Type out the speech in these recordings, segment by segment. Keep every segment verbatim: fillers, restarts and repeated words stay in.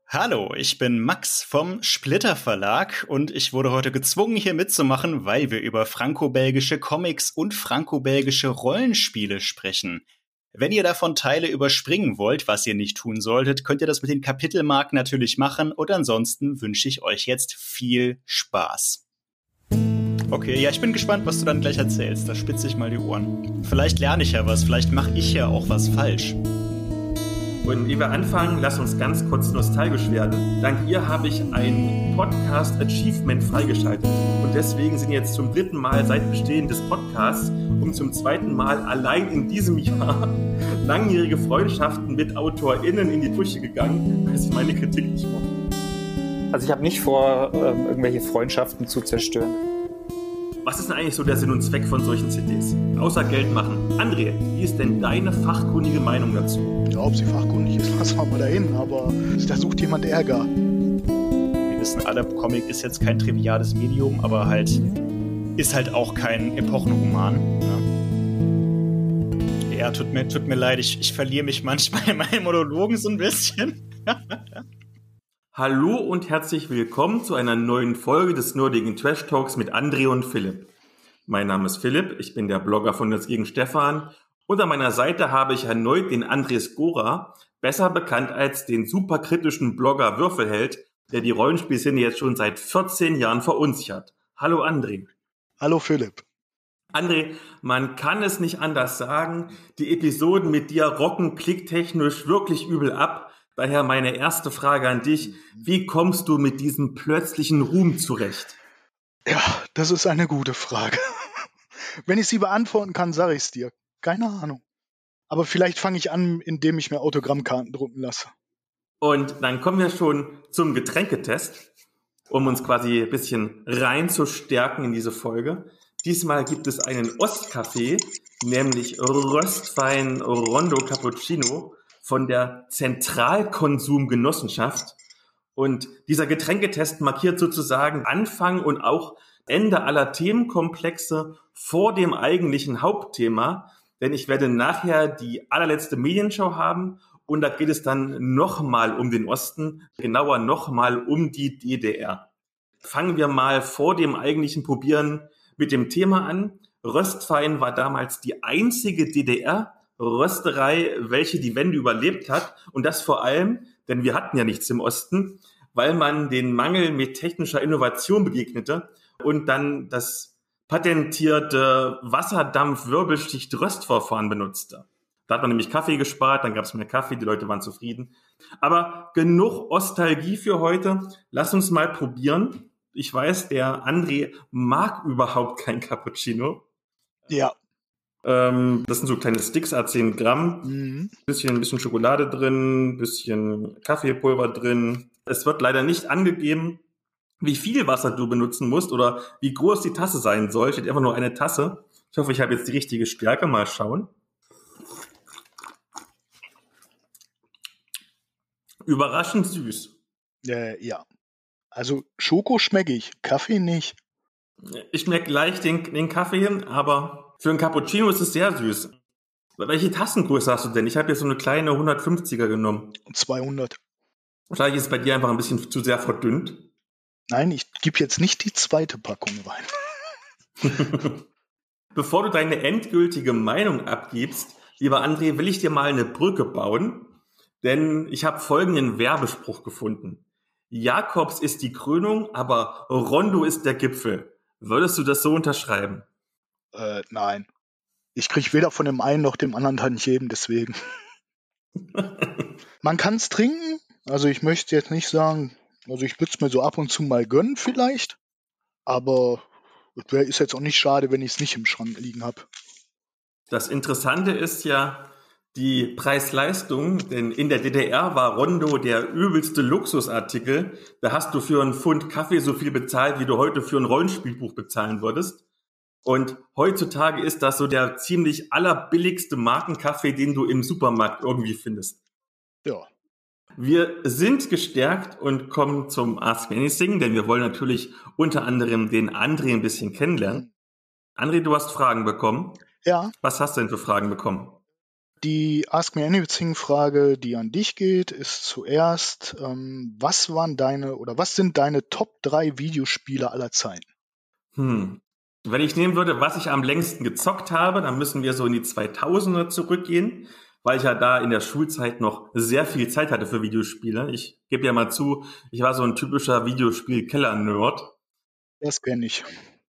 Hallo, ich bin Max vom Splitter Verlag und ich wurde heute gezwungen, hier mitzumachen, weil wir über franco-belgische Comics und franco-belgische Rollenspiele sprechen. Wenn ihr davon Teile überspringen wollt, was ihr nicht tun solltet, könnt ihr das mit den Kapitelmarken natürlich machen und ansonsten wünsche ich euch jetzt viel Spaß. Okay, ja, ich bin gespannt, was du dann gleich erzählst. Da spitze ich mal die Ohren. Vielleicht lerne ich ja was, vielleicht mache ich ja auch was falsch. Und ehe wir anfangen, lass uns ganz kurz nostalgisch werden. Dank ihr habe ich ein Podcast-Achievement freigeschaltet. Und deswegen sind jetzt zum dritten Mal seit Bestehen des Podcasts und zum zweiten Mal allein in diesem Jahr langjährige Freundschaften mit AutorInnen in die Brüche gegangen, weil sie meine Kritik nicht mochten. Also ich habe nicht vor, ähm, irgendwelche Freundschaften zu zerstören. Was ist denn eigentlich so der Sinn und Zweck von solchen C Ds? Außer Geld machen. André, wie ist denn deine fachkundige Meinung dazu? Ja, ob sie fachkundig ist, lassen wir mal dahin, aber da sucht jemand Ärger. Wir wissen alle, Comic ist jetzt kein triviales Medium, aber halt ist halt auch kein Epochenroman. Ne? Ja, tut mir, tut mir leid, ich, ich verliere mich manchmal in meinen Monologen so ein bisschen. Hallo und herzlich willkommen zu einer neuen Folge des nerdigen Trash Talks mit André und Philipp. Mein Name ist Philipp, ich bin der Blogger von Nerds gegen Stefan. Und an meiner Seite habe ich erneut den André Skora, besser bekannt als den superkritischen Blogger Würfelheld, der die Rollenspielszene jetzt schon seit vierzehn Jahren verunsichert. Hallo André. Hallo Philipp. André, man kann es nicht anders sagen, die Episoden mit dir rocken klicktechnisch wirklich übel ab. Daher meine erste Frage an dich. Wie kommst du mit diesem plötzlichen Ruhm zurecht? Ja, das ist eine gute Frage. Wenn ich sie beantworten kann, sage ich es dir. Keine Ahnung. Aber vielleicht fange ich an, indem ich mir Autogrammkarten drucken lasse. Und dann kommen wir schon zum Getränketest, um uns quasi ein bisschen reinzustärken in diese Folge. Diesmal gibt es einen Ostkaffee, nämlich Röstwein Rondo Cappuccino von der Zentralkonsumgenossenschaft. Und dieser Getränketest markiert sozusagen Anfang und auch Ende aller Themenkomplexe vor dem eigentlichen Hauptthema. Denn ich werde nachher die allerletzte Medienschau haben und da geht es dann nochmal um den Osten, genauer nochmal um die D D R. Fangen wir mal vor dem eigentlichen Probieren mit dem Thema an. Röstwein war damals die einzige D D R Rösterei, welche die Wende überlebt hat. Und das vor allem, denn wir hatten ja nichts im Osten, weil man den Mangel mit technischer Innovation begegnete und dann das patentierte Wasserdampf-Wirbelschicht-Röstverfahren benutzte. Da hat man nämlich Kaffee gespart, dann gab es mehr Kaffee, die Leute waren zufrieden. Aber genug Ostalgie für heute. Lass uns mal probieren. Ich weiß, der André mag überhaupt kein Cappuccino. Ja. Ähm, das sind so kleine Sticks, a zehn Gramm. Mhm. Bisschen, bisschen Schokolade drin, bisschen Kaffeepulver drin. Es wird leider nicht angegeben, wie viel Wasser du benutzen musst oder wie groß die Tasse sein soll. Steht einfach nur eine Tasse. Ich hoffe, ich habe jetzt die richtige Stärke. Mal schauen. Überraschend süß. Äh, ja. Also Schoko schmecke ich, Kaffee nicht. Ich schmecke leicht den, den Kaffee hin, aber für einen Cappuccino ist es sehr süß. Welche Tassengröße hast du denn? Ich habe jetzt so eine kleine hundertfünfziger genommen. zweihundert. Wahrscheinlich ist es bei dir einfach ein bisschen zu sehr verdünnt. Nein, ich gebe jetzt nicht die zweite Packung rein. Bevor du deine endgültige Meinung abgibst, lieber André, will ich dir mal eine Brücke bauen, denn ich habe folgenden Werbespruch gefunden. Jakobs ist die Krönung, aber Rondo ist der Gipfel. Würdest du das so unterschreiben? Äh, nein. Ich kriege weder von dem einen noch dem anderen Tantiemen, deswegen. Man kann es trinken, also ich möchte jetzt nicht sagen, also ich würde es mir so ab und zu mal gönnen vielleicht, aber es ist jetzt auch nicht schade, wenn ich es nicht im Schrank liegen habe. Das Interessante ist ja die Preis-Leistung, denn in der D D R war Rondo der übelste Luxusartikel. Da hast du für einen Pfund Kaffee so viel bezahlt, wie du heute für ein Rollenspielbuch bezahlen würdest. Und heutzutage ist das so der ziemlich allerbilligste Markenkaffee, den du im Supermarkt irgendwie findest. Ja. Wir sind gestärkt und kommen zum Ask Me Anything, denn wir wollen natürlich unter anderem den André ein bisschen kennenlernen. André, du hast Fragen bekommen. Ja. Was hast du denn für Fragen bekommen? Die Ask Me Anything-Frage, die an dich geht, ist zuerst, ähm, was waren deine oder was sind deine Top drei Videospiele aller Zeiten? Hm. Wenn ich nehmen würde, was ich am längsten gezockt habe, dann müssen wir so in die zweitausender zurückgehen, weil ich ja da in der Schulzeit noch sehr viel Zeit hatte für Videospiele. Ich gebe ja mal zu, ich war so ein typischer Videospiel-Keller-Nerd. Das kenne ich.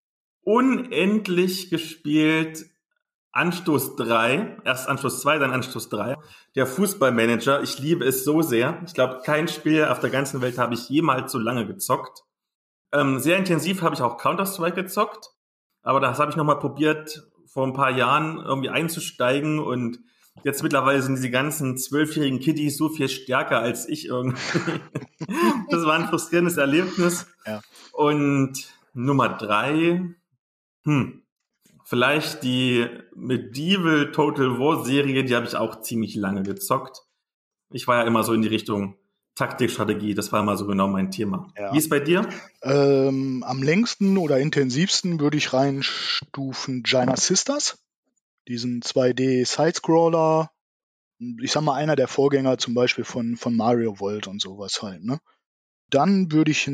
Unendlich gespielt Anstoß drei, erst Anstoß zwei, dann Anstoß drei. Der Fußballmanager, ich liebe es so sehr. Ich glaube, kein Spiel auf der ganzen Welt habe ich jemals so lange gezockt. Ähm, sehr intensiv habe ich auch Counter-Strike gezockt, aber das habe ich nochmal probiert, vor ein paar Jahren irgendwie einzusteigen und jetzt mittlerweile sind diese ganzen zwölfjährigen Kiddies so viel stärker als ich irgendwie. Das war ein frustrierendes Erlebnis. Ja. Und Nummer drei, hm, vielleicht die Medieval Total War Serie, die habe ich auch ziemlich lange gezockt. Ich war ja immer so in die Richtung Taktikstrategie, das war immer so genau mein Thema. Ja. Wie ist bei dir? Ähm, am längsten oder intensivsten würde ich reinstufen Giant Sisters, diesen zwei D-Sidescroller. Ich sag mal, einer der Vorgänger zum Beispiel von, von Mario World und sowas halt, ne? Dann würde ich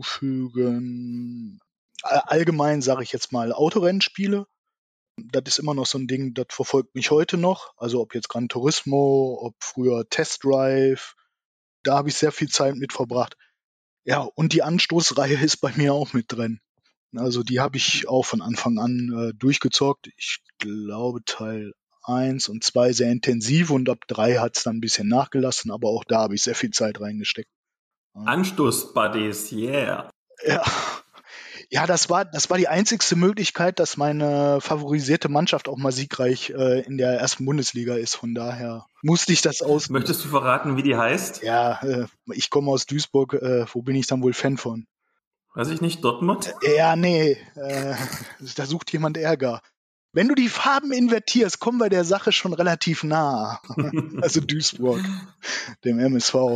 hinzufügen, allgemein sage ich jetzt mal Autorennspiele. Das ist immer noch so ein Ding, das verfolgt mich heute noch. Also ob jetzt Gran Turismo, ob früher Test Drive, da habe ich sehr viel Zeit mit verbracht. Ja, und die Anstoßreihe ist bei mir auch mit drin. Also die habe ich auch von Anfang an äh, durchgezockt. Ich glaube Teil eins und zwei sehr intensiv und ab drei hat es dann ein bisschen nachgelassen, aber auch da habe ich sehr viel Zeit reingesteckt. Ja. Anstoß-Buddies, yeah. Ja. Ja, das war, das war die einzigste Möglichkeit, dass meine favorisierte Mannschaft auch mal siegreich äh, in der ersten Bundesliga ist. Von daher musste ich das aus. Möchtest du verraten, wie die heißt? Ja, äh, ich komme aus Duisburg. Äh, wo bin ich dann wohl Fan von? Weiß ich nicht, Dortmund? Äh, ja, nee. Äh, da sucht jemand Ärger. Wenn du die Farben invertierst, kommen wir der Sache schon relativ nah. Also Duisburg, dem M S V.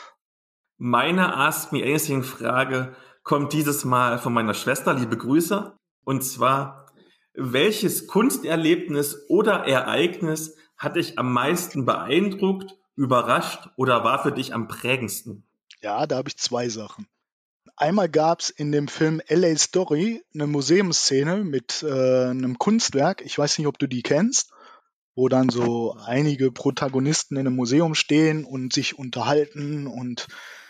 Meine Ask Me Anything-Frage kommt dieses Mal von meiner Schwester, liebe Grüße. Und zwar, welches Kunsterlebnis oder Ereignis hat dich am meisten beeindruckt, überrascht oder war für dich am prägendsten? Ja, da habe ich zwei Sachen. Einmal gab es in dem Film L A Story eine Museumsszene mit äh, einem Kunstwerk. Ich weiß nicht, ob du die kennst, wo dann so einige Protagonisten in einem Museum stehen und sich unterhalten und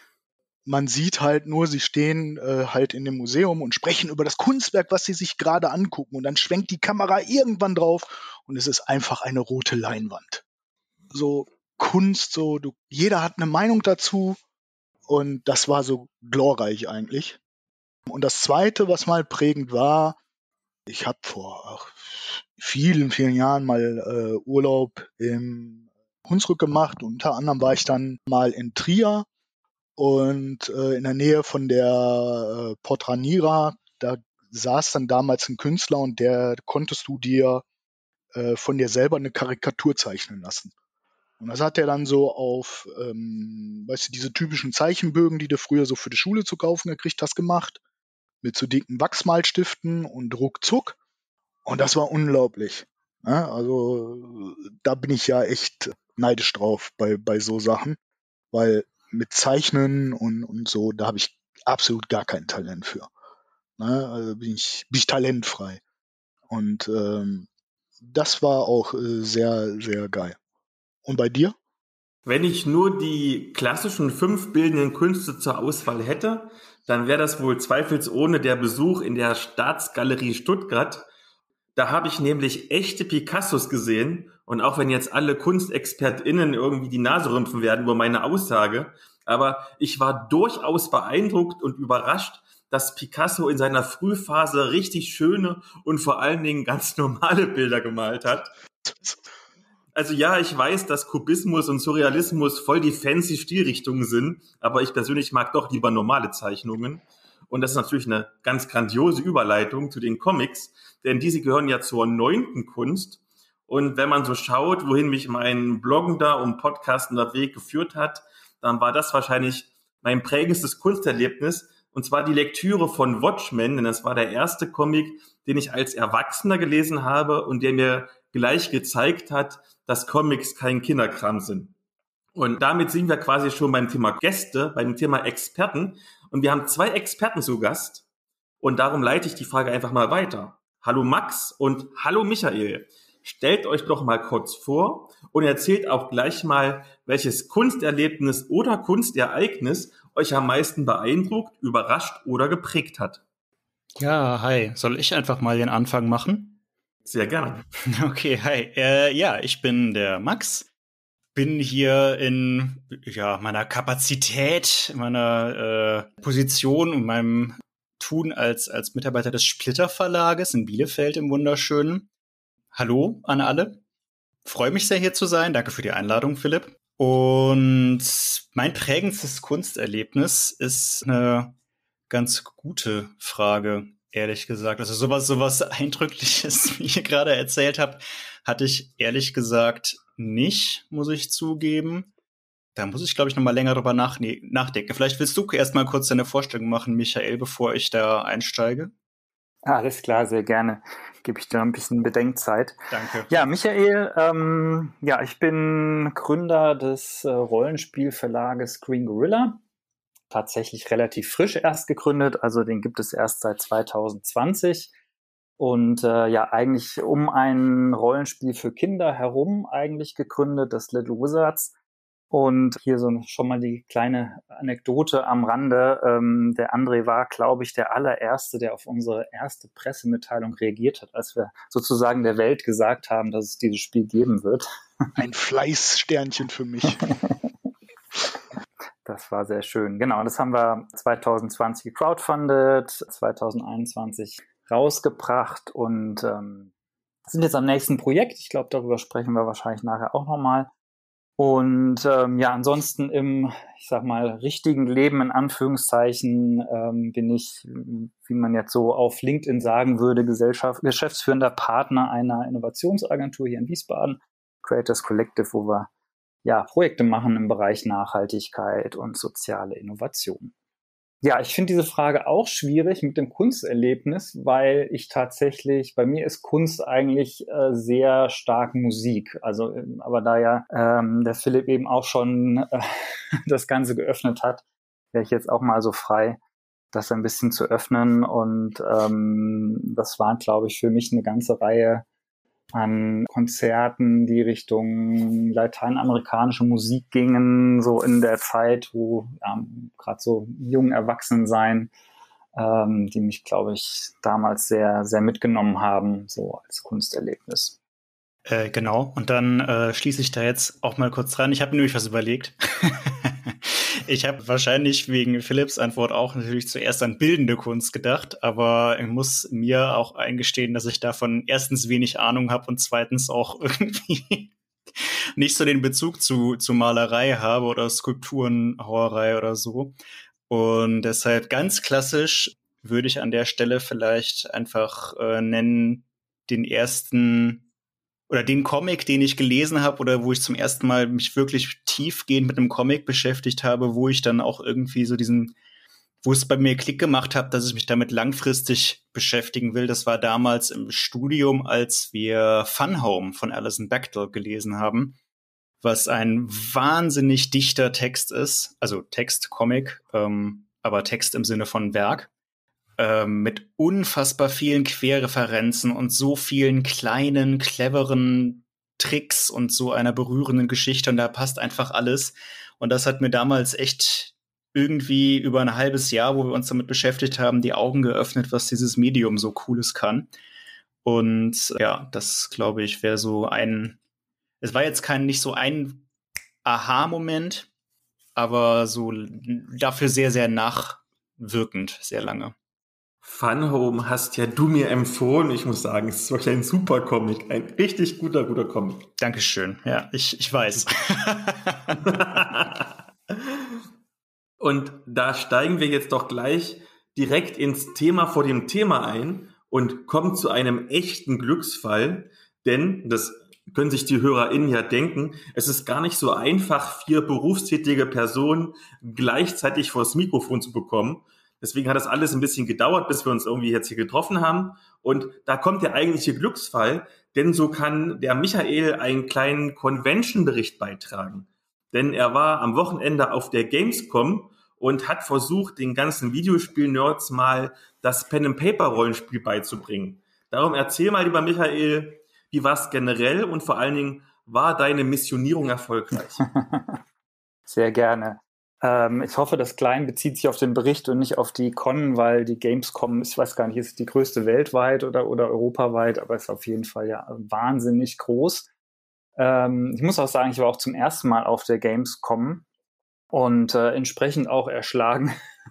man sieht halt nur, sie stehen äh, halt in dem Museum und sprechen über das Kunstwerk, was sie sich gerade angucken. Und dann schwenkt die Kamera irgendwann drauf und es ist einfach eine rote Leinwand. So Kunst, so du, jeder hat eine Meinung dazu und das war so glorreich eigentlich. Und das Zweite, was mal prägend war, ich habe vor ach, vielen, vielen Jahren mal äh, Urlaub im Hunsrück gemacht. Unter anderem war ich dann mal in Trier. Und äh, in der Nähe von der äh, Portranira, da saß dann damals ein Künstler und der konntest du dir äh, von dir selber eine Karikatur zeichnen lassen. Und das hat er dann so auf, ähm, weißt du, diese typischen Zeichenbögen, die du früher so für die Schule zu kaufen gekriegt hast, gemacht. Mit so dicken Wachsmalstiften und ruckzuck. Und das war unglaublich. Ja, also da bin ich ja echt neidisch drauf bei, bei so Sachen, weil mit Zeichnen und, und so, da habe ich absolut gar kein Talent für. Ne? Also bin ich, bin ich talentfrei. Und ähm, das war auch äh, sehr, sehr geil. Und bei dir? Wenn ich nur die klassischen fünf bildenden Künste zur Auswahl hätte, dann wäre das wohl zweifelsohne der Besuch in der Staatsgalerie Stuttgart. Da habe ich nämlich echte Picassos gesehen. Und auch wenn jetzt alle KunstexpertInnen irgendwie die Nase rümpfen werden über meine Aussage, aber ich war durchaus beeindruckt und überrascht, dass Picasso in seiner Frühphase richtig schöne und vor allen Dingen ganz normale Bilder gemalt hat. Also ja, ich weiß, dass Kubismus und Surrealismus voll die fancy Stilrichtungen sind, aber ich persönlich mag doch lieber normale Zeichnungen. Und das ist natürlich eine ganz grandiose Überleitung zu den Comics, denn diese gehören ja zur neunten Kunst. Und wenn man so schaut, wohin mich mein bloggender und podcastender Weg geführt hat, dann war das wahrscheinlich mein prägendstes Kunsterlebnis. Und zwar die Lektüre von Watchmen, denn das war der erste Comic, den ich als Erwachsener gelesen habe und der mir gleich gezeigt hat, dass Comics kein Kinderkram sind. Und damit sind wir quasi schon beim Thema Gäste, beim Thema Experten. Und wir haben zwei Experten zu Gast. Und darum leite ich die Frage einfach mal weiter. Hallo Max und hallo Michael. Stellt euch doch mal kurz vor und erzählt auch gleich mal, welches Kunsterlebnis oder Kunstereignis euch am meisten beeindruckt, überrascht oder geprägt hat. Ja, hi. Soll ich einfach mal den Anfang machen? Sehr gerne. Okay, hi. Äh, ja, ich bin der Max. Bin hier in ja, meiner Kapazität, meiner äh, Position und meinem Tun als, als Mitarbeiter des Splitter Verlages in Bielefeld im Wunderschönen. Hallo an alle. Freue mich sehr, hier zu sein. Danke für die Einladung, Philipp. Und mein prägendstes Kunsterlebnis ist eine ganz gute Frage, ehrlich gesagt. Also sowas, sowas Eindrückliches, wie ihr gerade erzählt habt, hatte ich ehrlich gesagt nicht, muss ich zugeben. Da muss ich, glaube ich, noch mal länger drüber nach- nachdenken. Vielleicht willst du erst mal kurz deine Vorstellung machen, Michael, bevor ich da einsteige. Alles klar, sehr gerne. Gebe ich dir ein bisschen Bedenkzeit. Danke. Ja, Michael, ähm, ja, ich bin Gründer des äh, Rollenspielverlages Green Gorilla. Tatsächlich relativ frisch erst gegründet, also den gibt es erst seit zwanzig zwanzig. Und äh, ja, eigentlich um ein Rollenspiel für Kinder herum eigentlich gegründet, das Little Wizards. Und hier so schon mal die kleine Anekdote am Rande. Ähm, der André war, glaube ich, der allererste, der auf unsere erste Pressemitteilung reagiert hat, als wir sozusagen der Welt gesagt haben, dass es dieses Spiel geben wird. Ein Fleißsternchen für mich. Das war sehr schön. Genau, das haben wir zwanzig zwanzig gecrowdfundet, zwanzig einundzwanzig rausgebracht und ähm, sind jetzt am nächsten Projekt. Ich glaube, darüber sprechen wir wahrscheinlich nachher auch nochmal. Und ähm, ja, ansonsten im, ich sag mal, richtigen Leben in Anführungszeichen ähm, bin ich, wie man jetzt so auf LinkedIn sagen würde, Gesellschaft, geschäftsführender Partner einer Innovationsagentur hier in Wiesbaden, Creators Collective, wo wir ja Projekte machen im Bereich Nachhaltigkeit und soziale Innovation. Ja, ich finde diese Frage auch schwierig mit dem Kunsterlebnis, weil ich tatsächlich, bei mir ist Kunst eigentlich äh, sehr stark Musik. Also, ähm, aber da ja ähm, der Philipp eben auch schon äh, das Ganze geöffnet hat, wäre ich jetzt auch mal so frei, das ein bisschen zu öffnen. Und ähm, das waren, glaube ich, für mich eine ganze Reihe an Konzerten, die Richtung lateinamerikanische Musik gingen, so in der Zeit, wo ja, gerade so jung erwachsen sein, ähm, die mich, glaube ich, damals sehr, sehr mitgenommen haben, so als Kunsterlebnis. Äh, genau, und dann äh, schließe ich da jetzt auch mal kurz dran. Ich habe mir nämlich was überlegt. Ich habe wahrscheinlich wegen Philipps Antwort auch natürlich zuerst an bildende Kunst gedacht, aber ich muss mir auch eingestehen, dass ich davon erstens wenig Ahnung habe und zweitens auch irgendwie nicht so den Bezug zu, zu Malerei habe oder Skulpturenhauerei oder so. Und deshalb ganz klassisch würde ich an der Stelle vielleicht einfach äh, nennen den ersten oder den Comic, den ich gelesen habe oder wo ich zum ersten Mal mich wirklich tiefgehend mit einem Comic beschäftigt habe, wo ich dann auch irgendwie so diesen, wo es bei mir Klick gemacht hat, dass ich mich damit langfristig beschäftigen will. Das war damals im Studium, als wir Fun Home von Alison Bechdel gelesen haben, was ein wahnsinnig dichter Text ist, also Text, Comic, ähm, aber Text im Sinne von Werk. Ähm, mit unfassbar vielen Querreferenzen und so vielen kleinen, cleveren Tricks und so einer berührenden Geschichte. Und da passt einfach alles. Und das hat mir damals echt irgendwie über ein halbes Jahr, wo wir uns damit beschäftigt haben, die Augen geöffnet, was dieses Medium so Cooles kann. Und ja, das, glaube ich, wäre so ein, es war jetzt kein, nicht so ein Aha-Moment, aber so dafür sehr, sehr nachwirkend, sehr lange. Fun Home hast ja du mir empfohlen. Ich muss sagen, es ist wirklich ein super Comic. Ein richtig guter, guter Comic. Dankeschön. Ja, ich, ich weiß. Und da steigen wir jetzt doch gleich direkt ins Thema vor dem Thema ein und kommen zu einem echten Glücksfall. Denn, das können sich die HörerInnen ja denken, es ist gar nicht so einfach, vier berufstätige Personen gleichzeitig vors Mikrofon zu bekommen. Deswegen hat das alles ein bisschen gedauert, bis wir uns irgendwie jetzt hier getroffen haben. Und da kommt der eigentliche Glücksfall, denn so kann der Michael einen kleinen Convention-Bericht beitragen. Denn er war am Wochenende auf der Gamescom und hat versucht, den ganzen Videospiel-Nerds mal das Pen-and-Paper-Rollenspiel beizubringen. Darum erzähl mal, lieber Michael, wie war es generell und vor allen Dingen, war deine Missionierung erfolgreich? Sehr gerne. Ähm, ich hoffe, das Klein bezieht sich auf den Bericht und nicht auf die Con, weil die Gamescom, ich weiß gar nicht, ist die größte weltweit oder, oder europaweit, aber ist auf jeden Fall ja wahnsinnig groß. Ähm, ich muss auch sagen, ich war auch zum ersten Mal auf der Gamescom und äh, entsprechend auch erschlagen.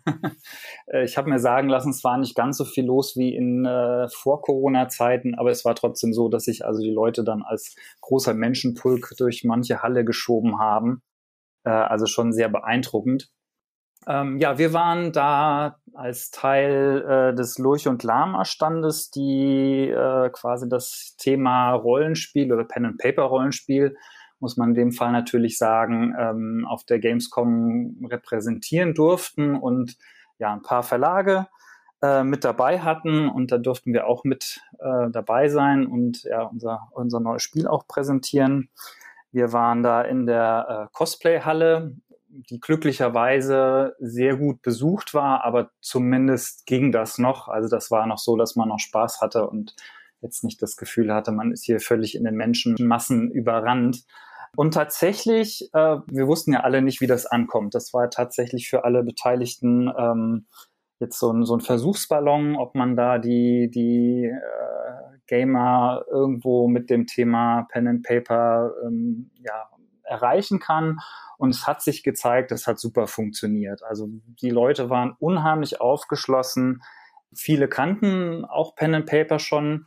Ich habe mir sagen lassen, es war nicht ganz so viel los wie in äh, Vor-Corona-Zeiten, aber es war trotzdem so, dass sich also die Leute dann als großer Menschenpulk durch manche Halle geschoben haben. Äh, also schon sehr beeindruckend. Ähm, ja, wir waren da als Teil äh, des Lurch- und Lama-Standes, die äh, quasi das Thema Rollenspiel oder Pen-and-Paper-Rollenspiel, muss man in dem Fall natürlich sagen, ähm, auf der Gamescom repräsentieren durften und ja, ein paar Verlage äh, mit dabei hatten und da durften wir auch mit äh, dabei sein und ja, unser, unser neues Spiel auch präsentieren. Wir waren da in der äh, Cosplay-Halle, die glücklicherweise sehr gut besucht war, aber zumindest ging das noch. Also das war noch so, dass man noch Spaß hatte und jetzt nicht das Gefühl hatte, man ist hier völlig in den Menschenmassen überrannt. Und tatsächlich, äh, wir wussten ja alle nicht, wie das ankommt. Das war tatsächlich für alle Beteiligten ähm, jetzt so ein, so ein Versuchsballon, ob man da die, die äh, Gamer irgendwo mit dem Thema Pen and Paper ähm, ja, erreichen kann. Und es hat sich gezeigt, es hat super funktioniert. Also die Leute waren unheimlich aufgeschlossen. Viele kannten auch Pen and Paper schon.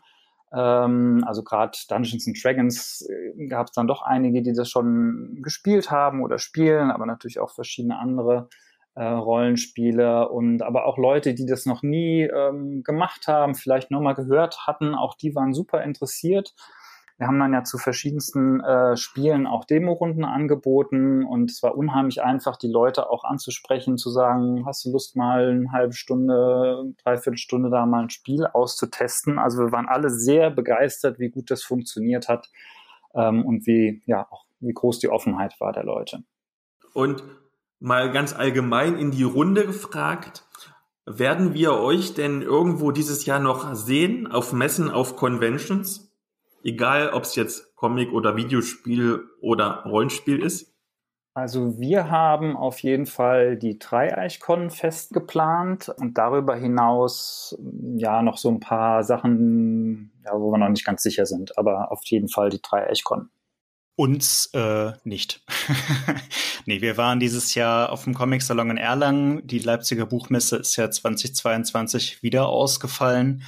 Ähm, also gerade Dungeons and Dragons äh, gab es dann doch einige, die das schon gespielt haben oder spielen, aber natürlich auch verschiedene andere äh, Rollenspiele und aber auch Leute, die das noch nie ähm, gemacht haben, vielleicht nur mal gehört hatten, auch die waren super interessiert. Wir haben dann ja zu verschiedensten äh, Spielen auch Demorunden angeboten und es war unheimlich einfach, die Leute auch anzusprechen, zu sagen, hast du Lust mal eine halbe Stunde, dreiviertel Stunde da mal ein Spiel auszutesten. Also wir waren alle sehr begeistert, wie gut das funktioniert hat ähm, und wie, ja, auch wie groß die Offenheit war der Leute. Und mal ganz allgemein in die Runde gefragt, werden wir euch denn irgendwo dieses Jahr noch sehen, auf Messen, auf Conventions? Egal, ob es jetzt Comic oder Videospiel oder Rollenspiel ist? Also wir haben auf jeden Fall die Dreieichkon fest geplant und darüber hinaus ja noch so ein paar Sachen, ja, wo wir noch nicht ganz sicher sind, aber auf jeden Fall die Dreieichkon. Uns äh, nicht. Nee, wir waren dieses Jahr auf dem Comic-Salon in Erlangen. Die Leipziger Buchmesse ist ja zweitausendzweiundzwanzig wieder ausgefallen.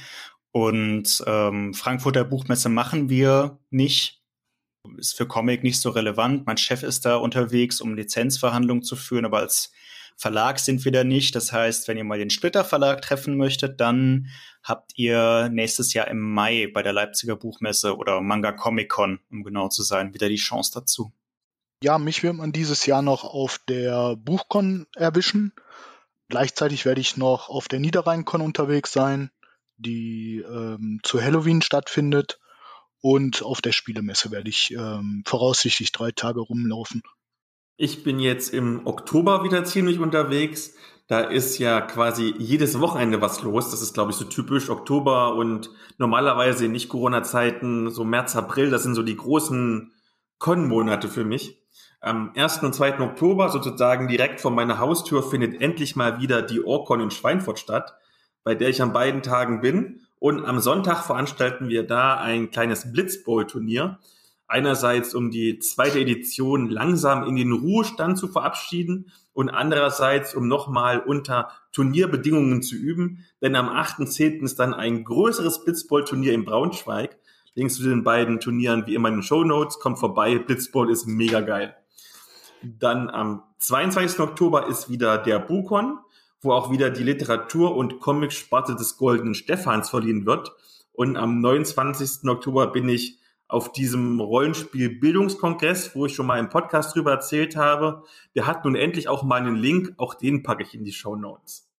Und ähm, Frankfurter Buchmesse machen wir nicht. Ist für Comic nicht so relevant. Mein Chef ist da unterwegs, um Lizenzverhandlungen zu führen, aber als Verlag sind wir da nicht. Das heißt, wenn ihr mal den Splitter Verlag treffen möchtet, dann habt ihr nächstes Jahr im Mai bei der Leipziger Buchmesse oder Manga Comic Con, um genau zu sein, wieder die Chance dazu. Ja, mich wird man dieses Jahr noch auf der Buchcon erwischen. Gleichzeitig werde ich noch auf der Niederrhein-Con unterwegs sein, die ähm, zu Halloween stattfindet. Und auf der Spielemesse werde ich ähm, voraussichtlich drei Tage rumlaufen. Ich bin jetzt im Oktober wieder ziemlich unterwegs. Da ist ja quasi jedes Wochenende was los. Das ist, glaube ich, so typisch Oktober und normalerweise in Nicht-Corona-Zeiten, so März, April, das sind so die großen Con-Monate für mich. Am ersten und zweiten Oktober, sozusagen direkt vor meiner Haustür, findet endlich mal wieder die Orcon in Schweinfurt statt, bei der ich an beiden Tagen bin. Und am Sonntag veranstalten wir da ein kleines Blitzbowl-Turnier. Einerseits, um die zweite Edition langsam in den Ruhestand zu verabschieden und andererseits, um nochmal unter Turnierbedingungen zu üben. Denn am achten zehnten ist dann ein größeres Blitzbowl-Turnier in Braunschweig. Links zu den beiden Turnieren wie immer in den Shownotes. Kommt vorbei, Blitzbowl ist mega geil. Dann am zweiundzwanzigsten Oktober ist wieder der BuCon, wo auch wieder die Literatur- und Comic-Sparte des Goldenen Stephans verliehen wird. Und am neunundzwanzigsten Oktober bin ich auf diesem Rollenspiel-Bildungskongress, wo ich schon mal im Podcast drüber erzählt habe. Der hat nun endlich auch mal einen Link, auch den packe ich in die Shownotes.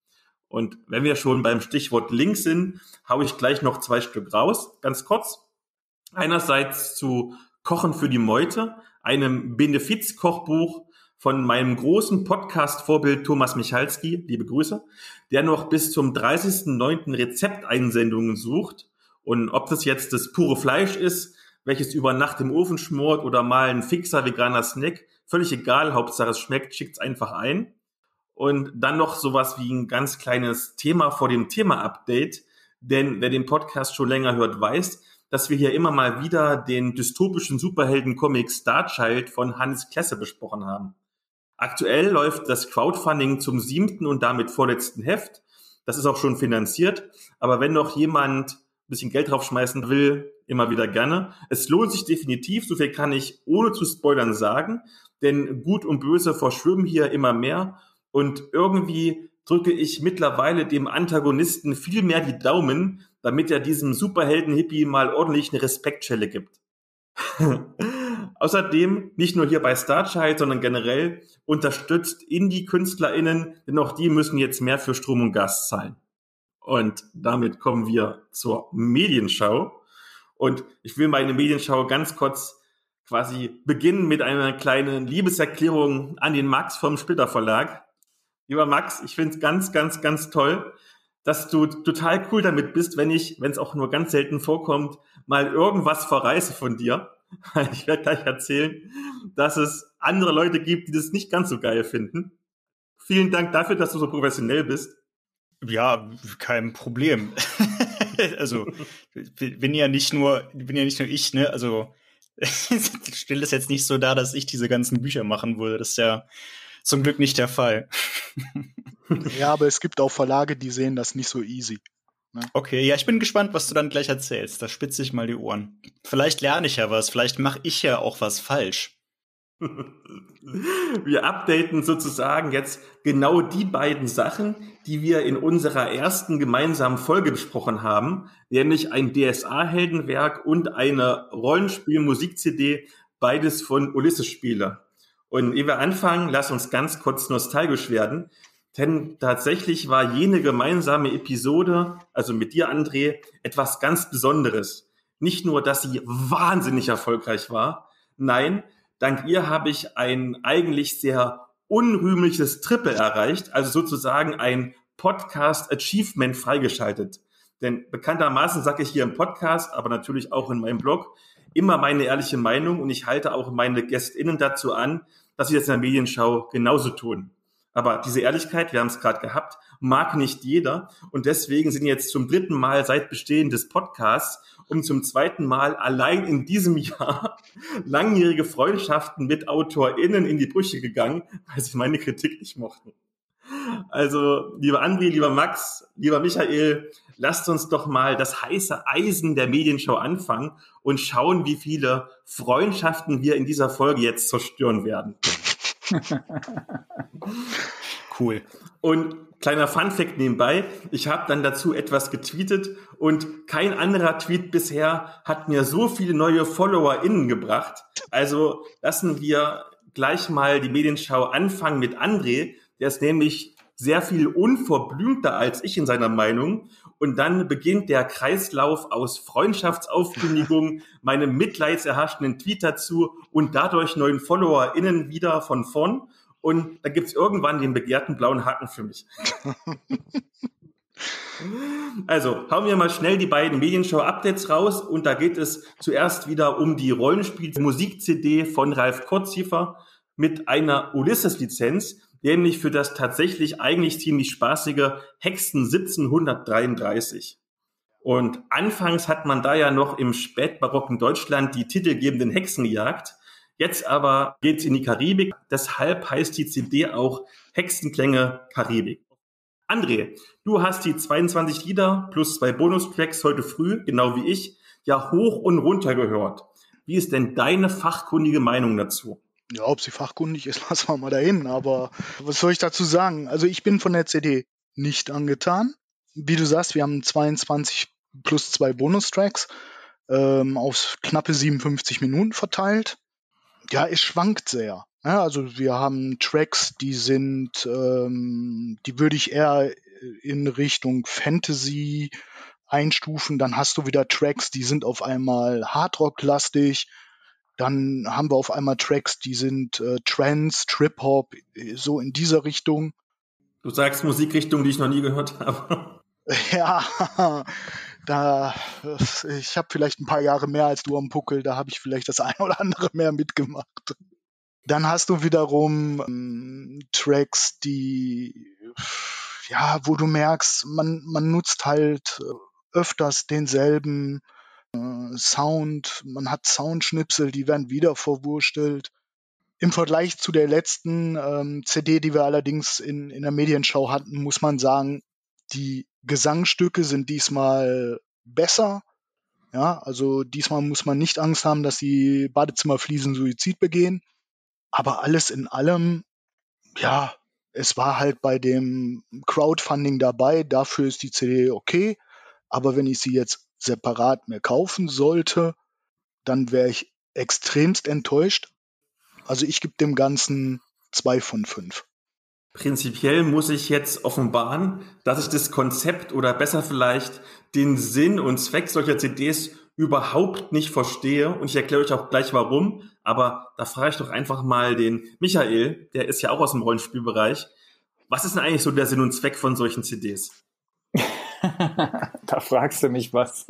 Und wenn wir schon beim Stichwort Link sind, haue ich gleich noch zwei Stück raus, ganz kurz. Einerseits zu Kochen für die Meute, einem Benefiz-Kochbuch von meinem großen Podcast-Vorbild Thomas Michalski, liebe Grüße, der noch bis zum dreißigsten neunten Rezepteinsendungen sucht. Und ob das jetzt das pure Fleisch ist, welches über Nacht im Ofen schmort oder mal ein fixer veganer Snack, völlig egal, Hauptsache es schmeckt, schickt's einfach ein. Und dann noch sowas wie ein ganz kleines Thema vor dem Thema-Update, denn wer den Podcast schon länger hört, weiß, dass wir hier immer mal wieder den dystopischen Superhelden-Comic Starchild von Hannes Klesse besprochen haben. Aktuell läuft das Crowdfunding zum siebten und damit vorletzten Heft. Das ist auch schon finanziert, aber wenn noch jemand ein bisschen Geld draufschmeißen will, immer wieder gerne. Es lohnt sich definitiv, so viel kann ich ohne zu spoilern sagen, denn Gut und Böse verschwimmen hier immer mehr und irgendwie drücke ich mittlerweile dem Antagonisten viel mehr die Daumen, damit er diesem Superhelden-Hippie mal ordentlich eine Respektschelle gibt. Außerdem, nicht nur hier bei Starchild, sondern generell unterstützt Indie-KünstlerInnen, denn auch die müssen jetzt mehr für Strom und Gas zahlen. Und damit kommen wir zur Medienschau. Und ich will meine Medienschau ganz kurz quasi beginnen mit einer kleinen Liebeserklärung an den Max vom Splitter Verlag. Lieber Max, ich finde es ganz, ganz, ganz toll, dass du total cool damit bist, wenn ich, wenn es auch nur ganz selten vorkommt, mal irgendwas verreiße von dir. Ich werde gleich erzählen, dass es andere Leute gibt, die das nicht ganz so geil finden. Vielen Dank dafür, dass du so professionell bist. Ja, kein Problem. Also, bin ja nicht nur, bin ja nicht nur ich, ne? Also, stell es jetzt nicht so dar, dass ich diese ganzen Bücher machen würde. Das ist ja zum Glück nicht der Fall. Ja, aber es gibt auch Verlage, die sehen das nicht so easy. Ne? Okay, ja, ich bin gespannt, was du dann gleich erzählst. Da spitze ich mal die Ohren. Vielleicht lerne ich ja was, vielleicht mache ich ja auch was falsch. Wir updaten sozusagen jetzt genau die beiden Sachen, die wir in unserer ersten gemeinsamen Folge besprochen haben, nämlich ein D S A-Heldenwerk und eine Rollenspiel-Musik-C D, beides von Ulysses-Spiele. Und ehe wir anfangen, lass uns ganz kurz nostalgisch werden. Denn tatsächlich war jene gemeinsame Episode, also mit dir, André, etwas ganz Besonderes. Nicht nur, dass sie wahnsinnig erfolgreich war, nein, dank ihr habe ich ein eigentlich sehr unrühmliches Triple erreicht, also sozusagen ein Podcast-Achievement freigeschaltet. Denn bekanntermaßen sage ich hier im Podcast, aber natürlich auch in meinem Blog, immer meine ehrliche Meinung und ich halte auch meine GästInnen dazu an, dass sie das in der Medienschau genauso tun. Aber diese Ehrlichkeit, wir haben es gerade gehabt, mag nicht jeder. Und deswegen sind jetzt zum dritten Mal seit Bestehen des Podcasts und zum zweiten Mal allein in diesem Jahr langjährige Freundschaften mit AutorInnen in die Brüche gegangen, weil sie meine Kritik nicht mochten. Also, lieber André, lieber Max, lieber Michael, lasst uns doch mal das heiße Eisen der Medienschau anfangen und schauen, wie viele Freundschaften wir in dieser Folge jetzt zerstören werden. Cool. Und kleiner Funfact nebenbei, ich habe dann dazu etwas getweetet und kein anderer Tweet bisher hat mir so viele neue FollowerInnen gebracht. Also lassen wir gleich mal die Medienschau anfangen mit André, der ist nämlich sehr viel unverblümter als ich in seiner Meinung. Und dann beginnt der Kreislauf aus Freundschaftsaufkündigungen, meinem mitleidserhaschenden Tweet dazu und dadurch neuen FollowerInnen wieder von vorn. Und da gibt's irgendwann den begehrten blauen Haken für mich. Also, hauen wir mal schnell die beiden Medienschau-Updates raus. Und da geht es zuerst wieder um die Rollenspiel-Musik-C D von Ralf Kurzhiefer mit einer Ulysses-Lizenz, nämlich für das tatsächlich eigentlich ziemlich spaßige Hexen siebzehnhundertdreiunddreißig. Und anfangs hat man da ja noch im spätbarocken Deutschland die titelgebenden Hexen gejagt. Jetzt aber geht's in die Karibik. Deshalb heißt die C D auch Hexenklänge Karibik. André, du hast die zweiundzwanzig Lieder plus zwei Bonustracks heute früh, genau wie ich, ja hoch und runter gehört. Wie ist denn deine fachkundige Meinung dazu? Ja, ob sie fachkundig ist, lassen wir mal dahin. Aber was soll ich dazu sagen? Also ich bin von der C D nicht angetan. Wie du sagst, wir haben zweiundzwanzig plus zwei Bonustracks ähm, auf knappe siebenundfünfzig Minuten verteilt. Ja, es schwankt sehr. Ja, also wir haben Tracks, die sind, ähm, die würde ich eher in Richtung Fantasy einstufen. Dann hast du wieder Tracks, die sind auf einmal Hardrock-lastig. Dann haben wir auf einmal Tracks, die sind äh, Trance, Trip-Hop, so in dieser Richtung. Du sagst Musikrichtung, die ich noch nie gehört habe. Ja, da ich habe vielleicht ein paar Jahre mehr als du am Puckel, da habe ich vielleicht das eine oder andere mehr mitgemacht. Dann hast du wiederum ähm, Tracks, die, ja, wo du merkst, man, man nutzt halt öfters denselben äh, Sound, man hat Soundschnipsel, die werden wieder verwurstelt. Im Vergleich zu der letzten ähm, C D, die wir allerdings in, in der Medienschau hatten, muss man sagen, die Gesangstücke sind diesmal besser. Ja, also diesmal muss man nicht Angst haben, dass die Badezimmerfliesen Suizid begehen. Aber alles in allem, ja, es war halt bei dem Crowdfunding dabei. Dafür ist die C D okay. Aber wenn ich sie jetzt separat mir kaufen sollte, dann wäre ich extremst enttäuscht. Also ich gebe dem Ganzen zwei von fünf. Prinzipiell muss ich jetzt offenbaren, dass ich das Konzept oder besser vielleicht den Sinn und Zweck solcher C Ds überhaupt nicht verstehe. Und ich erkläre euch auch gleich warum. Aber da frage ich doch einfach mal den Michael, der ist ja auch aus dem Rollenspielbereich. Was ist denn eigentlich so der Sinn und Zweck von solchen C Ds? Da fragst du mich was.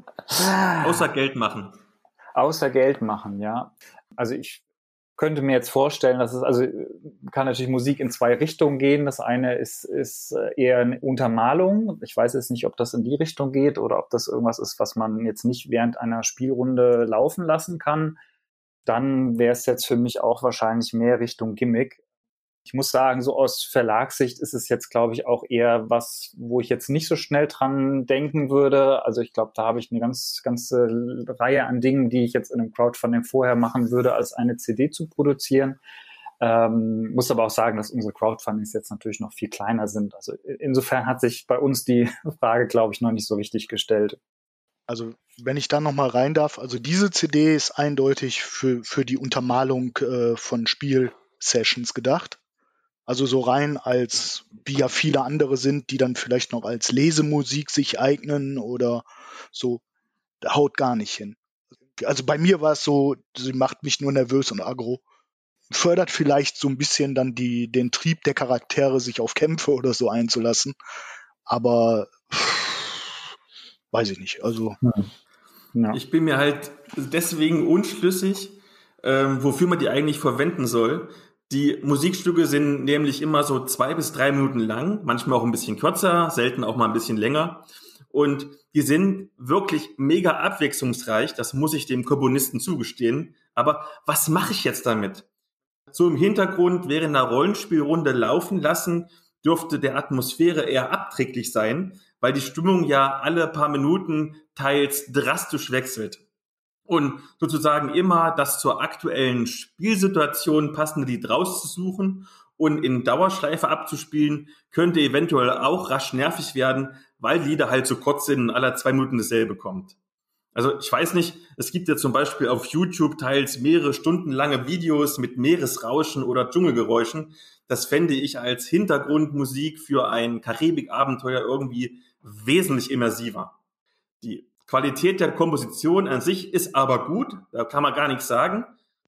Außer Geld machen. Außer Geld machen, ja. Also ich könnte mir jetzt vorstellen, dass es, also kann natürlich Musik in zwei Richtungen gehen. Das eine ist, ist eher eine Untermalung. Ich weiß jetzt nicht, ob das in die Richtung geht oder ob das irgendwas ist, was man jetzt nicht während einer Spielrunde laufen lassen kann. Dann wäre es jetzt für mich auch wahrscheinlich mehr Richtung Gimmick. Ich muss sagen, so aus Verlagssicht ist es jetzt, glaube ich, auch eher was, wo ich jetzt nicht so schnell dran denken würde. Also ich glaube, da habe ich eine ganz ganze Reihe an Dingen, die ich jetzt in einem Crowdfunding vorher machen würde, als eine C D zu produzieren. Ähm, muss aber auch sagen, dass unsere Crowdfundings jetzt natürlich noch viel kleiner sind. Also insofern hat sich bei uns die Frage, glaube ich, noch nicht so richtig gestellt. Also wenn ich da nochmal rein darf, also diese C D ist eindeutig für, für die Untermalung äh, von Spielsessions gedacht. Also so rein als, wie ja viele andere sind, die dann vielleicht noch als Lesemusik sich eignen oder so, haut gar nicht hin. Also bei mir war es so, sie macht mich nur nervös und aggro. Fördert vielleicht so ein bisschen dann die, den Trieb der Charaktere, sich auf Kämpfe oder so einzulassen. Aber pff, weiß ich nicht. Also Ja. Ich bin mir halt deswegen unschlüssig, ähm, wofür man die eigentlich verwenden soll. Die Musikstücke sind nämlich immer so zwei bis drei Minuten lang, manchmal auch ein bisschen kürzer, selten auch mal ein bisschen länger. Und die sind wirklich mega abwechslungsreich, das muss ich dem Komponisten zugestehen. Aber was mache ich jetzt damit? So im Hintergrund während einer Rollenspielrunde laufen lassen, dürfte der Atmosphäre eher abträglich sein, weil die Stimmung ja alle paar Minuten teils drastisch wechselt. Und sozusagen immer das zur aktuellen Spielsituation passende Lied rauszusuchen und in Dauerschleife abzuspielen, könnte eventuell auch rasch nervig werden, weil die Lieder halt so kurz sind und alle zwei Minuten dasselbe kommt. Also ich weiß nicht, es gibt ja zum Beispiel auf YouTube teils mehrere Stunden lange Videos mit Meeresrauschen oder Dschungelgeräuschen. Das fände ich als Hintergrundmusik für ein Karibikabenteuer irgendwie wesentlich immersiver. Die Qualität der Komposition an sich ist aber gut, da kann man gar nichts sagen.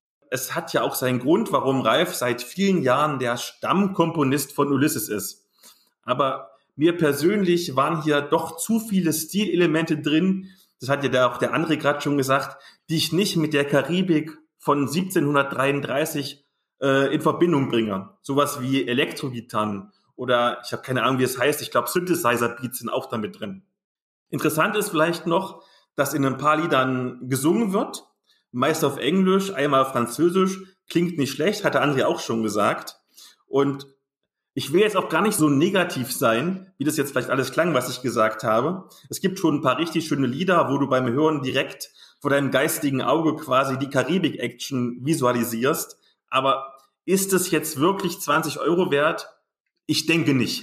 Es hat ja auch seinen Grund, warum Ralf seit vielen Jahren der Stammkomponist von Ulysses ist. Aber mir persönlich waren hier doch zu viele Stilelemente drin, das hat ja auch der André gerade schon gesagt, die ich nicht mit der Karibik von siebzehnhundertdreiunddreißig äh, in Verbindung bringe. Sowas wie Elektrogitarren oder ich habe keine Ahnung, wie es heißt, ich glaube Synthesizer-Beats sind auch damit drin. Interessant ist vielleicht noch, dass in ein paar Liedern gesungen wird, meist auf Englisch, einmal auf Französisch, klingt nicht schlecht, hat der André auch schon gesagt. Und ich will jetzt auch gar nicht so negativ sein, wie das jetzt vielleicht alles klang, was ich gesagt habe. Es gibt schon ein paar richtig schöne Lieder, wo du beim Hören direkt vor deinem geistigen Auge quasi die Karibik-Action visualisierst. Aber ist es jetzt wirklich zwanzig Euro wert? Ich denke nicht.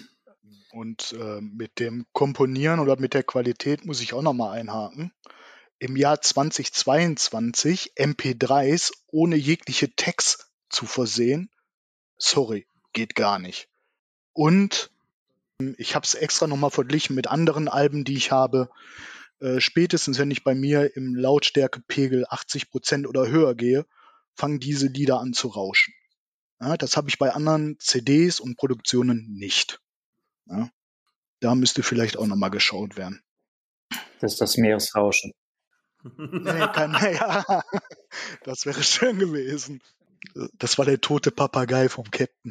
Und äh, mit dem Komponieren oder mit der Qualität muss ich auch nochmal einhaken. Im Jahr zweitausendzweiundzwanzig M P dreis ohne jegliche Text zu versehen, sorry, geht gar nicht. Und Ich habe es extra nochmal verglichen mit anderen Alben, die ich habe. Äh, spätestens, wenn ich bei mir im Lautstärkepegel achtzig Prozent oder höher gehe, fangen diese Lieder an zu rauschen. Ja, das habe ich bei anderen C Ds und Produktionen nicht. Ja, da müsste vielleicht auch nochmal geschaut werden. Das ist das Meeresrauschen. Nee, nee, kein, ja, das wäre schön gewesen. Das war der tote Papagei vom Captain.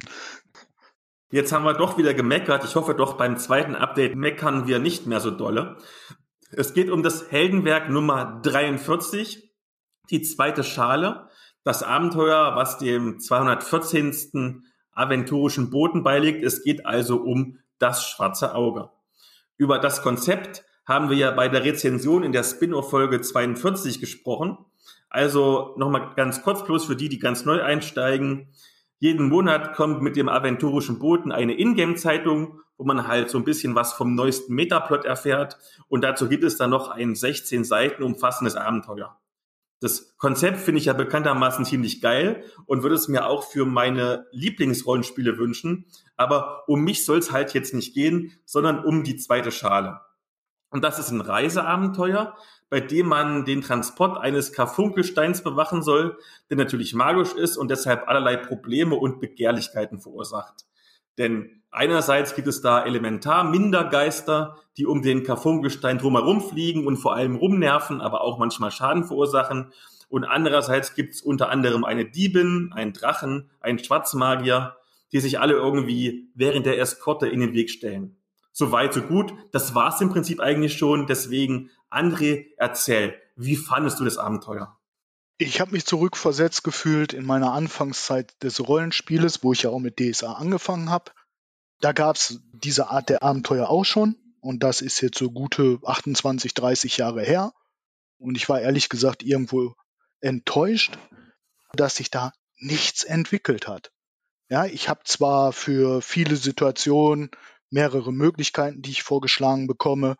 Jetzt haben wir doch wieder gemeckert. Ich hoffe doch, beim zweiten Update meckern wir nicht mehr so dolle. Es geht um das Heldenwerk Nummer dreiundvierzig, die zweite Schale, das Abenteuer, was dem zweihundertvierzehnten aventurischen Boten beiliegt. Es geht also um das schwarze Auge. Über das Konzept haben wir ja bei der Rezension in der Spin-off-Folge zweiundvierzig gesprochen. Also nochmal ganz kurz bloß für die, die ganz neu einsteigen. Jeden Monat kommt mit dem aventurischen Boten eine Ingame-Zeitung, wo man halt so ein bisschen was vom neuesten Metaplot erfährt. Und dazu gibt es dann noch ein sechzehn Seiten umfassendes Abenteuer. Das Konzept finde ich ja bekanntermaßen ziemlich geil und würde es mir auch für meine Lieblingsrollenspiele wünschen. Aber um mich soll es halt jetzt nicht gehen, sondern um die zweite Schale. Und das ist ein Reiseabenteuer, bei dem man den Transport eines Karfunkelsteins bewachen soll, der natürlich magisch ist und deshalb allerlei Probleme und Begehrlichkeiten verursacht. Denn einerseits gibt es da Elementar-Mindergeister, die um den Karfunkelstein drumherum fliegen und vor allem rumnerven, aber auch manchmal Schaden verursachen. Und andererseits gibt es unter anderem eine Diebin, einen Drachen, einen Schwarzmagier, die sich alle irgendwie während der Eskorte in den Weg stellen. So weit, so gut. Das war's im Prinzip eigentlich schon. Deswegen, André, erzähl, wie fandest du das Abenteuer? Ich habe mich zurückversetzt gefühlt in meiner Anfangszeit des Rollenspieles, wo ich ja auch mit D S A angefangen habe. Da gab's diese Art der Abenteuer auch schon. Und das ist jetzt so gute achtundzwanzig, dreißig Jahre her. Und ich war ehrlich gesagt irgendwo enttäuscht, dass sich da nichts entwickelt hat. Ja, ich habe zwar für viele Situationen mehrere Möglichkeiten, die ich vorgeschlagen bekomme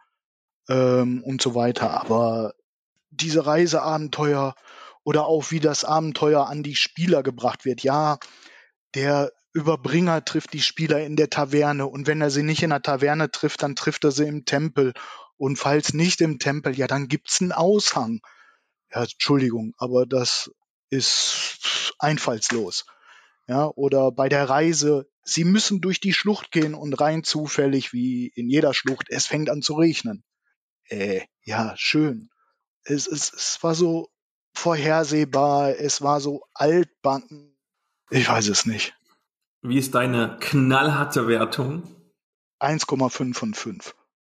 ähm, und so weiter, aber diese Reiseabenteuer oder auch wie das Abenteuer an die Spieler gebracht wird, ja, der Überbringer trifft die Spieler in der Taverne und wenn er sie nicht in der Taverne trifft, dann trifft er sie im Tempel und falls nicht im Tempel, ja, dann gibt's einen Aushang. Ja, Entschuldigung, aber das ist einfallslos. Ja, oder bei der Reise, sie müssen durch die Schlucht gehen und rein zufällig, wie in jeder Schlucht, es fängt an zu regnen. Äh, ja, schön. Es, es, es war so vorhersehbar, es war so altbacken. Ich weiß es nicht. Wie ist deine knallharte Wertung? eins Komma fünf von fünf.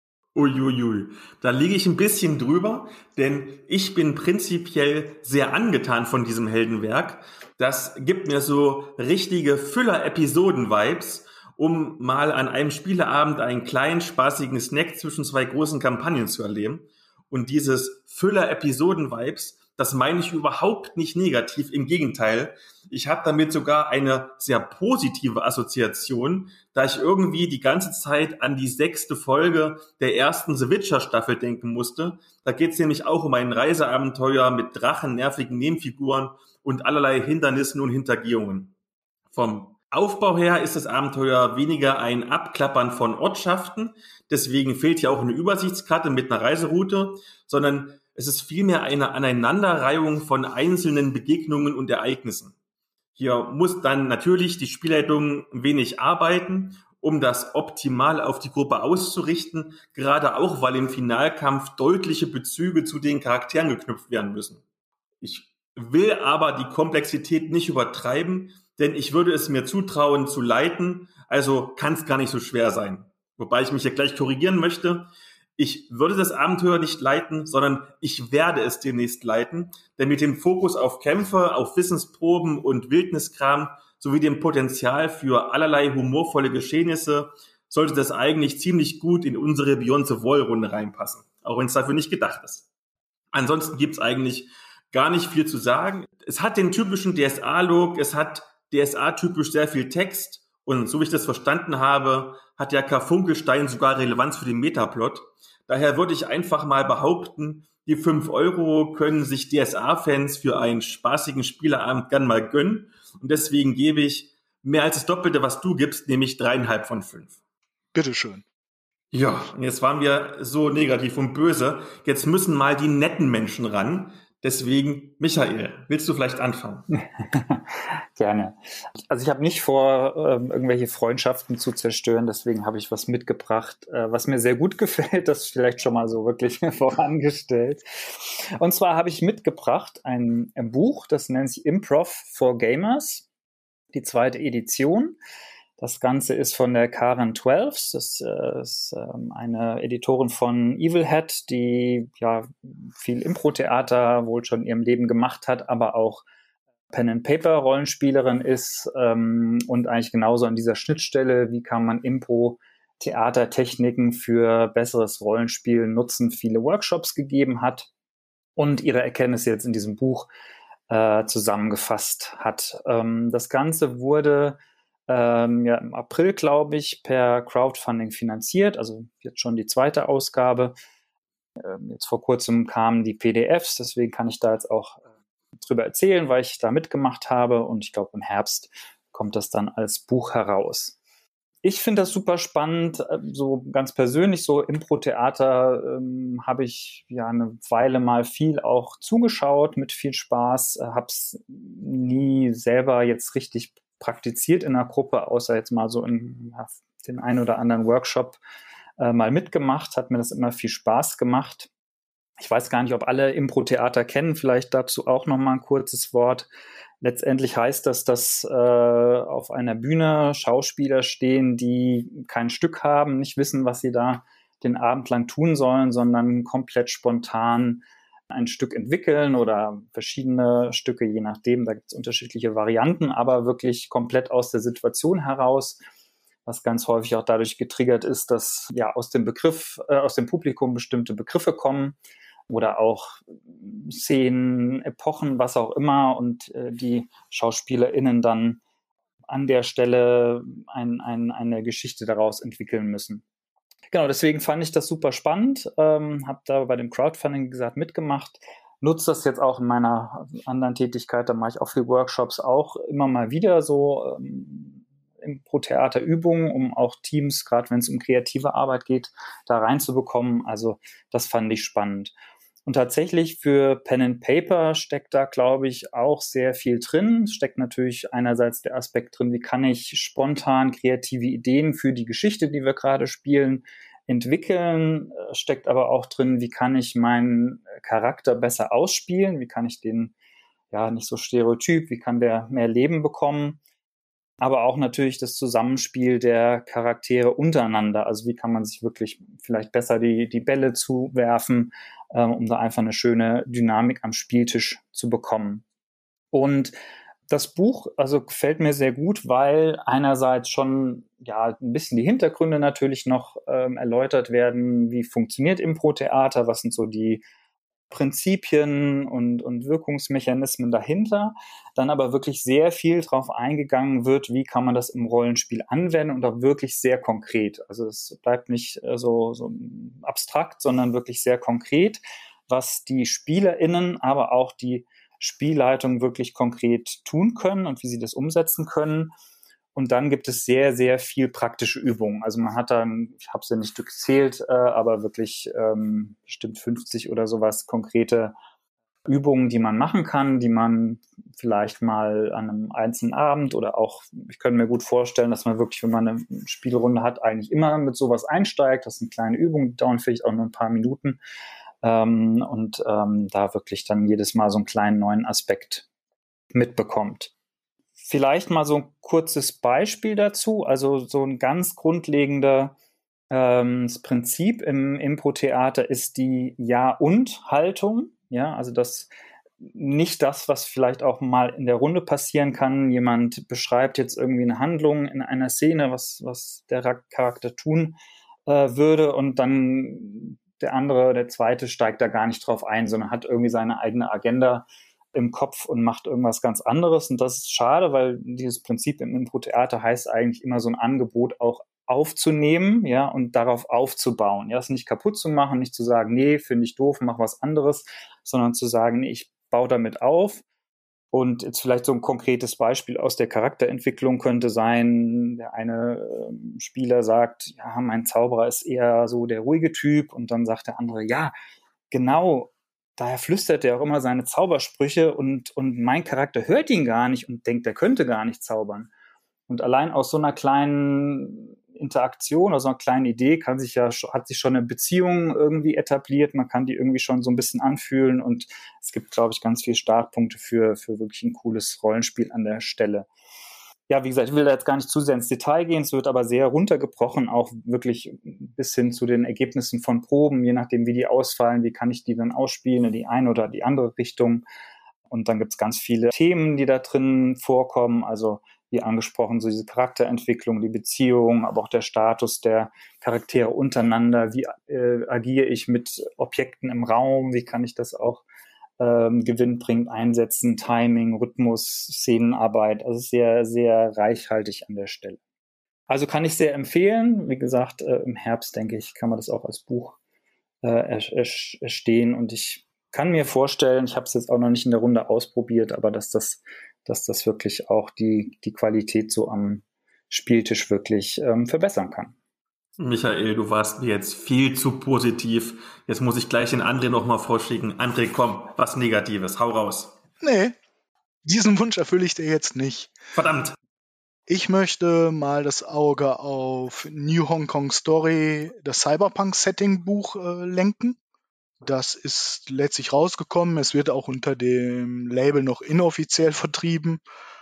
Uiuiui, da liege ich ein bisschen drüber, denn ich bin prinzipiell sehr angetan von diesem Heldenwerk. Das gibt mir so richtige Füller-Episoden-Vibes, um mal an einem Spieleabend einen kleinen, spaßigen Snack zwischen zwei großen Kampagnen zu erleben. Und dieses Füller-Episoden-Vibes, das meine ich überhaupt nicht negativ, im Gegenteil. Ich habe damit sogar eine sehr positive Assoziation, da ich irgendwie die ganze Zeit an die sechste Folge der ersten The Witcher-Staffel denken musste. Da geht es nämlich auch um ein Reiseabenteuer mit Drachen, nervigen Nebenfiguren und allerlei Hindernissen und Hintergehungen. Vom Aufbau her ist das Abenteuer weniger ein Abklappern von Ortschaften, deswegen fehlt hier auch eine Übersichtskarte mit einer Reiseroute, sondern es ist vielmehr eine Aneinanderreihung von einzelnen Begegnungen und Ereignissen. Hier muss dann natürlich die Spielleitung ein wenig arbeiten, um das optimal auf die Gruppe auszurichten, gerade auch, weil im Finalkampf deutliche Bezüge zu den Charakteren geknüpft werden müssen. Ich will aber die Komplexität nicht übertreiben, denn ich würde es mir zutrauen zu leiten, also kann es gar nicht so schwer sein. Wobei ich mich hier gleich korrigieren möchte. Ich würde das Abenteuer nicht leiten, sondern ich werde es demnächst leiten, denn mit dem Fokus auf Kämpfe, auf Wissensproben und Wildniskram sowie dem Potenzial für allerlei humorvolle Geschehnisse sollte das eigentlich ziemlich gut in unsere Beyond the Wall-Runde reinpassen, auch wenn es dafür nicht gedacht ist. Ansonsten gibt es eigentlich gar nicht viel zu sagen. Es hat den typischen D S A-Look, es hat D S A-typisch sehr viel Text und so wie ich das verstanden habe, hat der Karfunkelstein sogar Relevanz für den Metaplot. Daher würde ich einfach mal behaupten, die fünf Euro können sich D S A-Fans für einen spaßigen Spieleabend gern mal gönnen. Und deswegen gebe ich mehr als das Doppelte, was du gibst, nämlich dreieinhalb von fünf. Bitteschön. Ja, und jetzt waren wir so negativ und böse. Jetzt müssen mal die netten Menschen ran. Deswegen, Michael, willst du vielleicht anfangen? Gerne. Also ich habe nicht vor, ähm, irgendwelche Freundschaften zu zerstören, deswegen habe ich was mitgebracht, äh, was mir sehr gut gefällt, das vielleicht schon mal so wirklich vorangestellt. Und zwar habe ich mitgebracht ein, ein Buch, das nennt sich Improv for Gamers, die zweite Edition. Das Ganze ist von der Karen Twelves. Das äh, ist ähm, eine Editorin von Evil Hat, die ja viel Impro-Theater wohl schon in ihrem Leben gemacht hat, aber auch Pen-and-Paper-Rollenspielerin ist ähm, und eigentlich genauso an dieser Schnittstelle, wie kann man Impro-Theatertechniken für besseres Rollenspiel nutzen, viele Workshops gegeben hat und ihre Erkenntnisse jetzt in diesem Buch äh, zusammengefasst hat. Ähm, das Ganze wurde ähm, ja, im April, glaube ich, per Crowdfunding finanziert, also jetzt schon die zweite Ausgabe. Ähm, jetzt vor kurzem kamen die P D Fs, deswegen kann ich da jetzt auch äh, drüber erzählen, weil ich da mitgemacht habe und ich glaube, im Herbst kommt das dann als Buch heraus. Ich finde das super spannend, so ganz persönlich, so Impro-Theater ähm, habe ich ja eine Weile mal viel auch zugeschaut, mit viel Spaß, äh, habe es nie selber jetzt richtig praktiziert in einer Gruppe, außer jetzt mal so in ja, den einen oder anderen Workshop äh, mal mitgemacht, hat mir das immer viel Spaß gemacht. Ich weiß gar nicht, ob alle Impro-Theater kennen, vielleicht dazu auch noch mal ein kurzes Wort. Letztendlich heißt das, dass äh, auf einer Bühne Schauspieler stehen, die kein Stück haben, nicht wissen, was sie da den Abend lang tun sollen, sondern komplett spontan ein Stück entwickeln oder verschiedene Stücke, je nachdem, da gibt es unterschiedliche Varianten, aber wirklich komplett aus der Situation heraus, was ganz häufig auch dadurch getriggert ist, dass ja aus dem Begriff, äh, aus dem Publikum bestimmte Begriffe kommen oder auch Szenen, Epochen, was auch immer und äh, die SchauspielerInnen dann an der Stelle ein, ein, eine Geschichte daraus entwickeln müssen. Genau, deswegen fand ich das super spannend, ähm, habe da bei dem Crowdfunding, wie gesagt, mitgemacht, nutze das jetzt auch in meiner anderen Tätigkeit, da mache ich auch viele Workshops auch immer mal wieder so ähm, Impro-Theater-Übungen, um auch Teams, gerade wenn es um kreative Arbeit geht, da reinzubekommen. Also das fand ich spannend. Und tatsächlich für Pen and Paper steckt da, glaube ich, auch sehr viel drin. Steckt natürlich einerseits der Aspekt drin, wie kann ich spontan kreative Ideen für die Geschichte, die wir gerade spielen, entwickeln. Steckt aber auch drin, wie kann ich meinen Charakter besser ausspielen? Wie kann ich den, ja, nicht so stereotyp, wie kann der mehr Leben bekommen? Aber auch natürlich das Zusammenspiel der Charaktere untereinander. Also wie kann man sich wirklich vielleicht besser die, die Bälle zuwerfen, ähm, um da einfach eine schöne Dynamik am Spieltisch zu bekommen. Und das Buch, also gefällt mir sehr gut, weil einerseits schon ja ein bisschen die Hintergründe natürlich noch ähm, erläutert werden. Wie funktioniert Impro-Theater? Was sind so die Prinzipien und, und Wirkungsmechanismen dahinter, dann aber wirklich sehr viel drauf eingegangen wird, wie kann man das im Rollenspiel anwenden und auch wirklich sehr konkret. Also es bleibt nicht äh, so, so abstrakt, sondern wirklich sehr konkret, was die SpielerInnen, aber auch die Spielleitung wirklich konkret tun können und wie sie das umsetzen können. Und dann gibt es sehr, sehr viel praktische Übungen. Also man hat dann, ich habe es ja nicht gezählt, äh, aber wirklich ähm, bestimmt fünfzig oder sowas konkrete Übungen, die man machen kann, die man vielleicht mal an einem einzelnen Abend oder auch, ich könnte mir gut vorstellen, dass man wirklich, wenn man eine Spielrunde hat, eigentlich immer mit sowas einsteigt. Das sind kleine Übungen, die dauern vielleicht auch nur ein paar Minuten ähm, und ähm, da wirklich dann jedes Mal so einen kleinen neuen Aspekt mitbekommt. Vielleicht mal so ein kurzes Beispiel dazu. Also so ein ganz grundlegender ähm, das Prinzip im Impro-Theater ist die Ja-und-Haltung. Ja, also das nicht das, was vielleicht auch mal in der Runde passieren kann. Jemand beschreibt jetzt irgendwie eine Handlung in einer Szene, was, was der Charakter tun äh, würde und dann der andere, der zweite steigt da gar nicht drauf ein, sondern hat irgendwie seine eigene Agenda im Kopf und macht irgendwas ganz anderes. Und das ist schade, weil dieses Prinzip im Impro-Theater heißt eigentlich immer so ein Angebot auch aufzunehmen, ja, und darauf aufzubauen. Ja, es nicht kaputt zu machen, nicht zu sagen, nee, finde ich doof, mach was anderes, sondern zu sagen, nee, ich baue damit auf Und jetzt vielleicht so ein konkretes Beispiel aus der Charakterentwicklung könnte sein, der eine äh, Spieler sagt, ja, mein Zauberer ist eher so der ruhige Typ, und dann sagt der andere, ja, genau, daher flüstert er auch immer seine Zaubersprüche, und, und mein Charakter hört ihn gar nicht und denkt, er könnte gar nicht zaubern. Und allein aus so einer kleinen Interaktion, aus so einer kleinen Idee kann sich ja, hat sich schon eine Beziehung irgendwie etabliert. Man kann die irgendwie schon so ein bisschen anfühlen, und es gibt, glaube ich, ganz viele Startpunkte für, für wirklich ein cooles Rollenspiel an der Stelle. Ja, wie gesagt, ich will da jetzt gar nicht zu sehr ins Detail gehen. Es wird aber sehr runtergebrochen, auch wirklich bis hin zu den Ergebnissen von Proben, je nachdem, wie die ausfallen, wie kann ich die dann ausspielen in die eine oder die andere Richtung. Und dann gibt es ganz viele Themen, die da drin vorkommen, also wie angesprochen, so diese Charakterentwicklung, die Beziehung, aber auch der Status der Charaktere untereinander, wie äh, agiere ich mit Objekten im Raum, wie kann ich das auch ähm, gewinnbringend einsetzen, Timing, Rhythmus, Szenenarbeit, also sehr, sehr reichhaltig an der Stelle. Also kann ich sehr empfehlen, wie gesagt, äh, im Herbst, denke ich, kann man das auch als Buch äh, erstehen, und ich kann mir vorstellen, ich habe es jetzt auch noch nicht in der Runde ausprobiert, aber dass das dass das wirklich auch die, die Qualität so am Spieltisch wirklich ähm, verbessern kann. Michael, du warst mir jetzt viel zu positiv. Jetzt muss ich gleich den André nochmal vorschicken. André, komm, was Negatives, hau raus. Nee, diesen Wunsch erfülle ich dir jetzt nicht. Verdammt. Ich möchte mal das Auge auf New Hong Kong Story, das Cyberpunk-Setting-Buch äh, lenken. Das ist letztlich rausgekommen. Es wird auch unter dem Label noch inoffiziell vertrieben.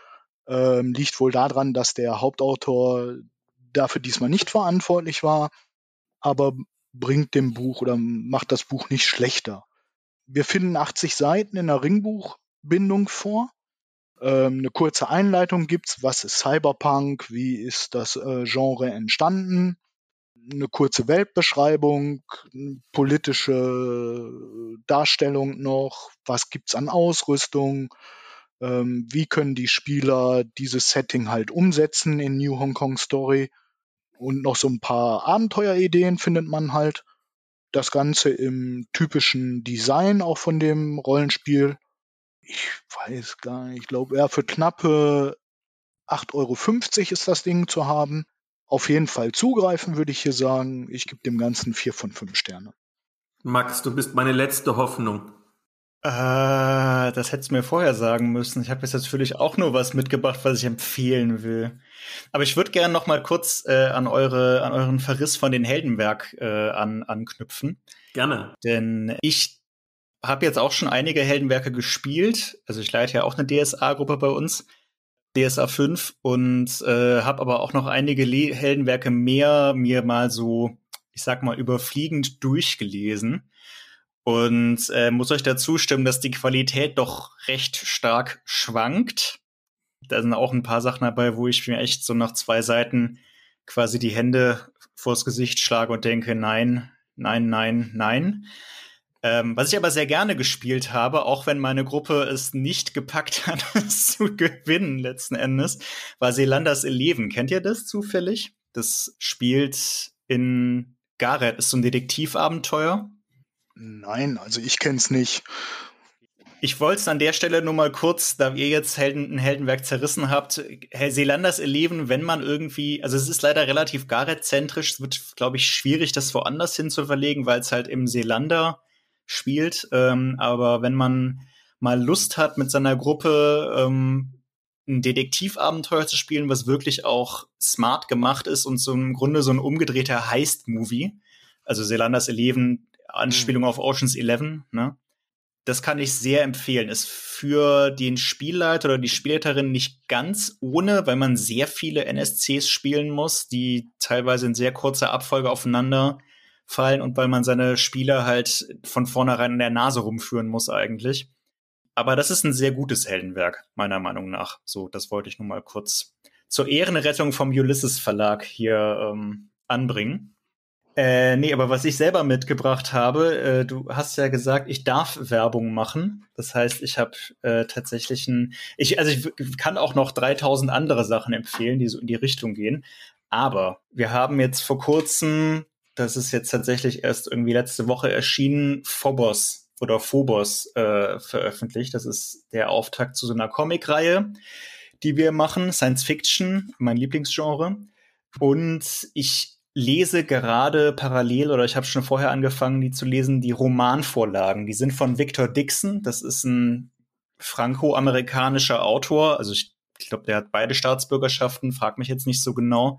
Ähm, liegt wohl daran, dass der Hauptautor dafür diesmal nicht verantwortlich war, aber bringt dem Buch oder macht das Buch nicht schlechter. Wir finden achtzig Seiten in der Ringbuchbindung vor. Ähm, eine kurze Einleitung gibt's. Was ist Cyberpunk? Wie ist das äh, Genre entstanden? Eine kurze Weltbeschreibung, politische Darstellung noch, was gibt's an Ausrüstung, ähm, wie können die Spieler dieses Setting halt umsetzen in New Hong Kong Story, und noch so ein paar Abenteuerideen findet man halt. Das Ganze im typischen Design auch von dem Rollenspiel. Ich weiß gar nicht, ich glaube, ja, für knappe acht Euro fünfzig ist das Ding zu haben. Auf jeden Fall zugreifen, würde ich hier sagen. Ich gebe dem Ganzen vier von fünf Sterne. Max, du bist meine letzte Hoffnung. Äh, das hättest du mir vorher sagen müssen. Ich habe jetzt natürlich auch nur was mitgebracht, was ich empfehlen will. Aber ich würde gerne noch mal kurz äh, an eure, an euren Verriss von den Heldenwerk äh, an, anknüpfen. Gerne. Denn ich habe jetzt auch schon einige Heldenwerke gespielt. Also ich leite ja auch eine D S A-Gruppe bei uns, D S A fünf, und äh, habe aber auch noch einige Le- Heldenwerke mehr mir mal so, ich sag mal, überfliegend durchgelesen. Und äh, muss euch dazu stimmen, dass die Qualität doch recht stark schwankt. Da sind auch ein paar Sachen dabei, wo ich mir echt so nach zwei Seiten quasi die Hände vors Gesicht schlage und denke, nein, nein, nein, nein. Ähm, was ich aber sehr gerne gespielt habe, auch wenn meine Gruppe es nicht gepackt hat, es zu gewinnen letzten Endes, war Selanders Eleven. Kennt ihr das zufällig? Das spielt in Gareth, ist so ein Detektivabenteuer. Nein, also ich kenn's nicht. Ich wollte es an der Stelle nur mal kurz, da ihr jetzt Helden, ein Heldenwerk zerrissen habt, Herr Selanders Eleven, wenn man irgendwie, also es ist leider relativ Gareth-zentrisch, es wird, glaube ich, schwierig, das woanders hin zu verlegen, weil es halt im Seelander spielt, ähm, aber wenn man mal Lust hat, mit seiner Gruppe ähm, ein Detektivabenteuer zu spielen, was wirklich auch smart gemacht ist und so im Grunde so ein umgedrehter Heist-Movie, also Selanders Eleven, Anspielung mhm. auf Ocean's Eleven, ne? Das kann ich sehr empfehlen. Ist für den Spielleiter oder die Spielleiterin nicht ganz ohne, weil man sehr viele N S Cs spielen muss, die teilweise in sehr kurzer Abfolge aufeinander fallen und weil man seine Spieler halt von vornherein in der Nase rumführen muss eigentlich. Aber das ist ein sehr gutes Heldenwerk, meiner Meinung nach. So, das wollte ich nur mal kurz zur Ehrenrettung vom Ulysses Verlag hier ähm, anbringen. Äh, nee, aber was ich selber mitgebracht habe, äh, du hast ja gesagt, ich darf Werbung machen. Das heißt, ich habe äh, tatsächlich ein, ich, also ich kann auch noch dreitausend andere Sachen empfehlen, die so in die Richtung gehen. Aber wir haben jetzt vor kurzem, das ist jetzt tatsächlich erst irgendwie letzte Woche erschienen, Phobos oder Phobos äh, veröffentlicht. Das ist der Auftakt zu so einer Comicreihe, die wir machen. Science Fiction, mein Lieblingsgenre. Und ich lese gerade parallel, oder ich habe schon vorher angefangen, die zu lesen, die Romanvorlagen. Die sind von Victor Dixon. Das ist ein franco-amerikanischer Autor. Also ich, ich glaube, der hat beide Staatsbürgerschaften. Frag mich jetzt nicht so genau,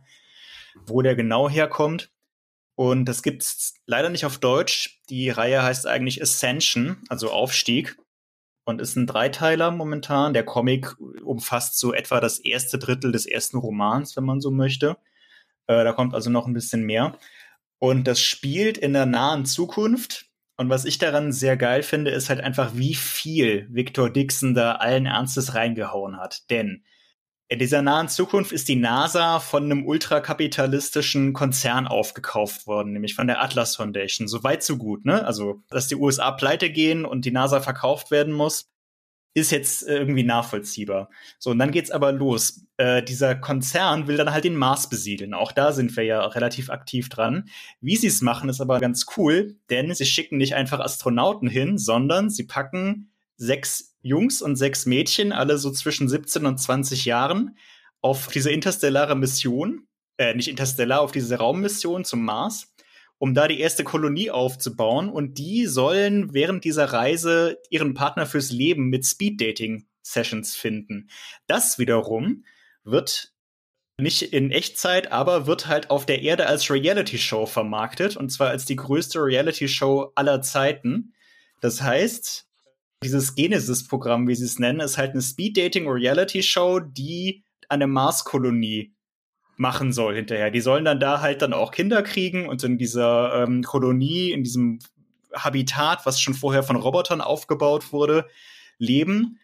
wo der genau herkommt. Und das gibt's leider nicht auf Deutsch. Die Reihe heißt eigentlich Ascension, also Aufstieg. Und ist ein Dreiteiler momentan. Der Comic umfasst so etwa das erste Drittel des ersten Romans, wenn man so möchte. Äh, da kommt also noch ein bisschen mehr. Und das spielt in der nahen Zukunft. Und was ich daran sehr geil finde, ist halt einfach, wie viel Victor Dixon da allen Ernstes reingehauen hat. Denn in dieser nahen Zukunft ist die NASA von einem ultrakapitalistischen Konzern aufgekauft worden, nämlich von der Atlas Foundation. So weit, so gut, ne? Also, dass die U S A pleite gehen und die NASA verkauft werden muss, ist jetzt irgendwie nachvollziehbar. So, und dann geht's aber los. Äh, dieser Konzern will dann halt den Mars besiedeln. Auch da sind wir ja relativ aktiv dran. Wie sie es machen, ist aber ganz cool, denn sie schicken nicht einfach Astronauten hin, sondern sie packen sechs Jungs und sechs Mädchen, alle so zwischen siebzehn und zwanzig Jahren, auf diese interstellare Mission, äh, nicht interstellar, auf diese Raummission zum Mars, um da die erste Kolonie aufzubauen. Und die sollen während dieser Reise ihren Partner fürs Leben mit Speed-Dating-Sessions finden. Das wiederum wird nicht in Echtzeit, aber wird halt auf der Erde als Reality-Show vermarktet. Und zwar als die größte Reality-Show aller Zeiten. Das heißt, dieses Genesis-Programm, wie sie es nennen, ist halt eine Speed-Dating-Reality-Show, die eine Mars-Kolonie machen soll hinterher. Die sollen dann da halt dann auch Kinder kriegen und in dieser ähm, Kolonie, in diesem Habitat, was schon vorher von Robotern aufgebaut wurde, leben.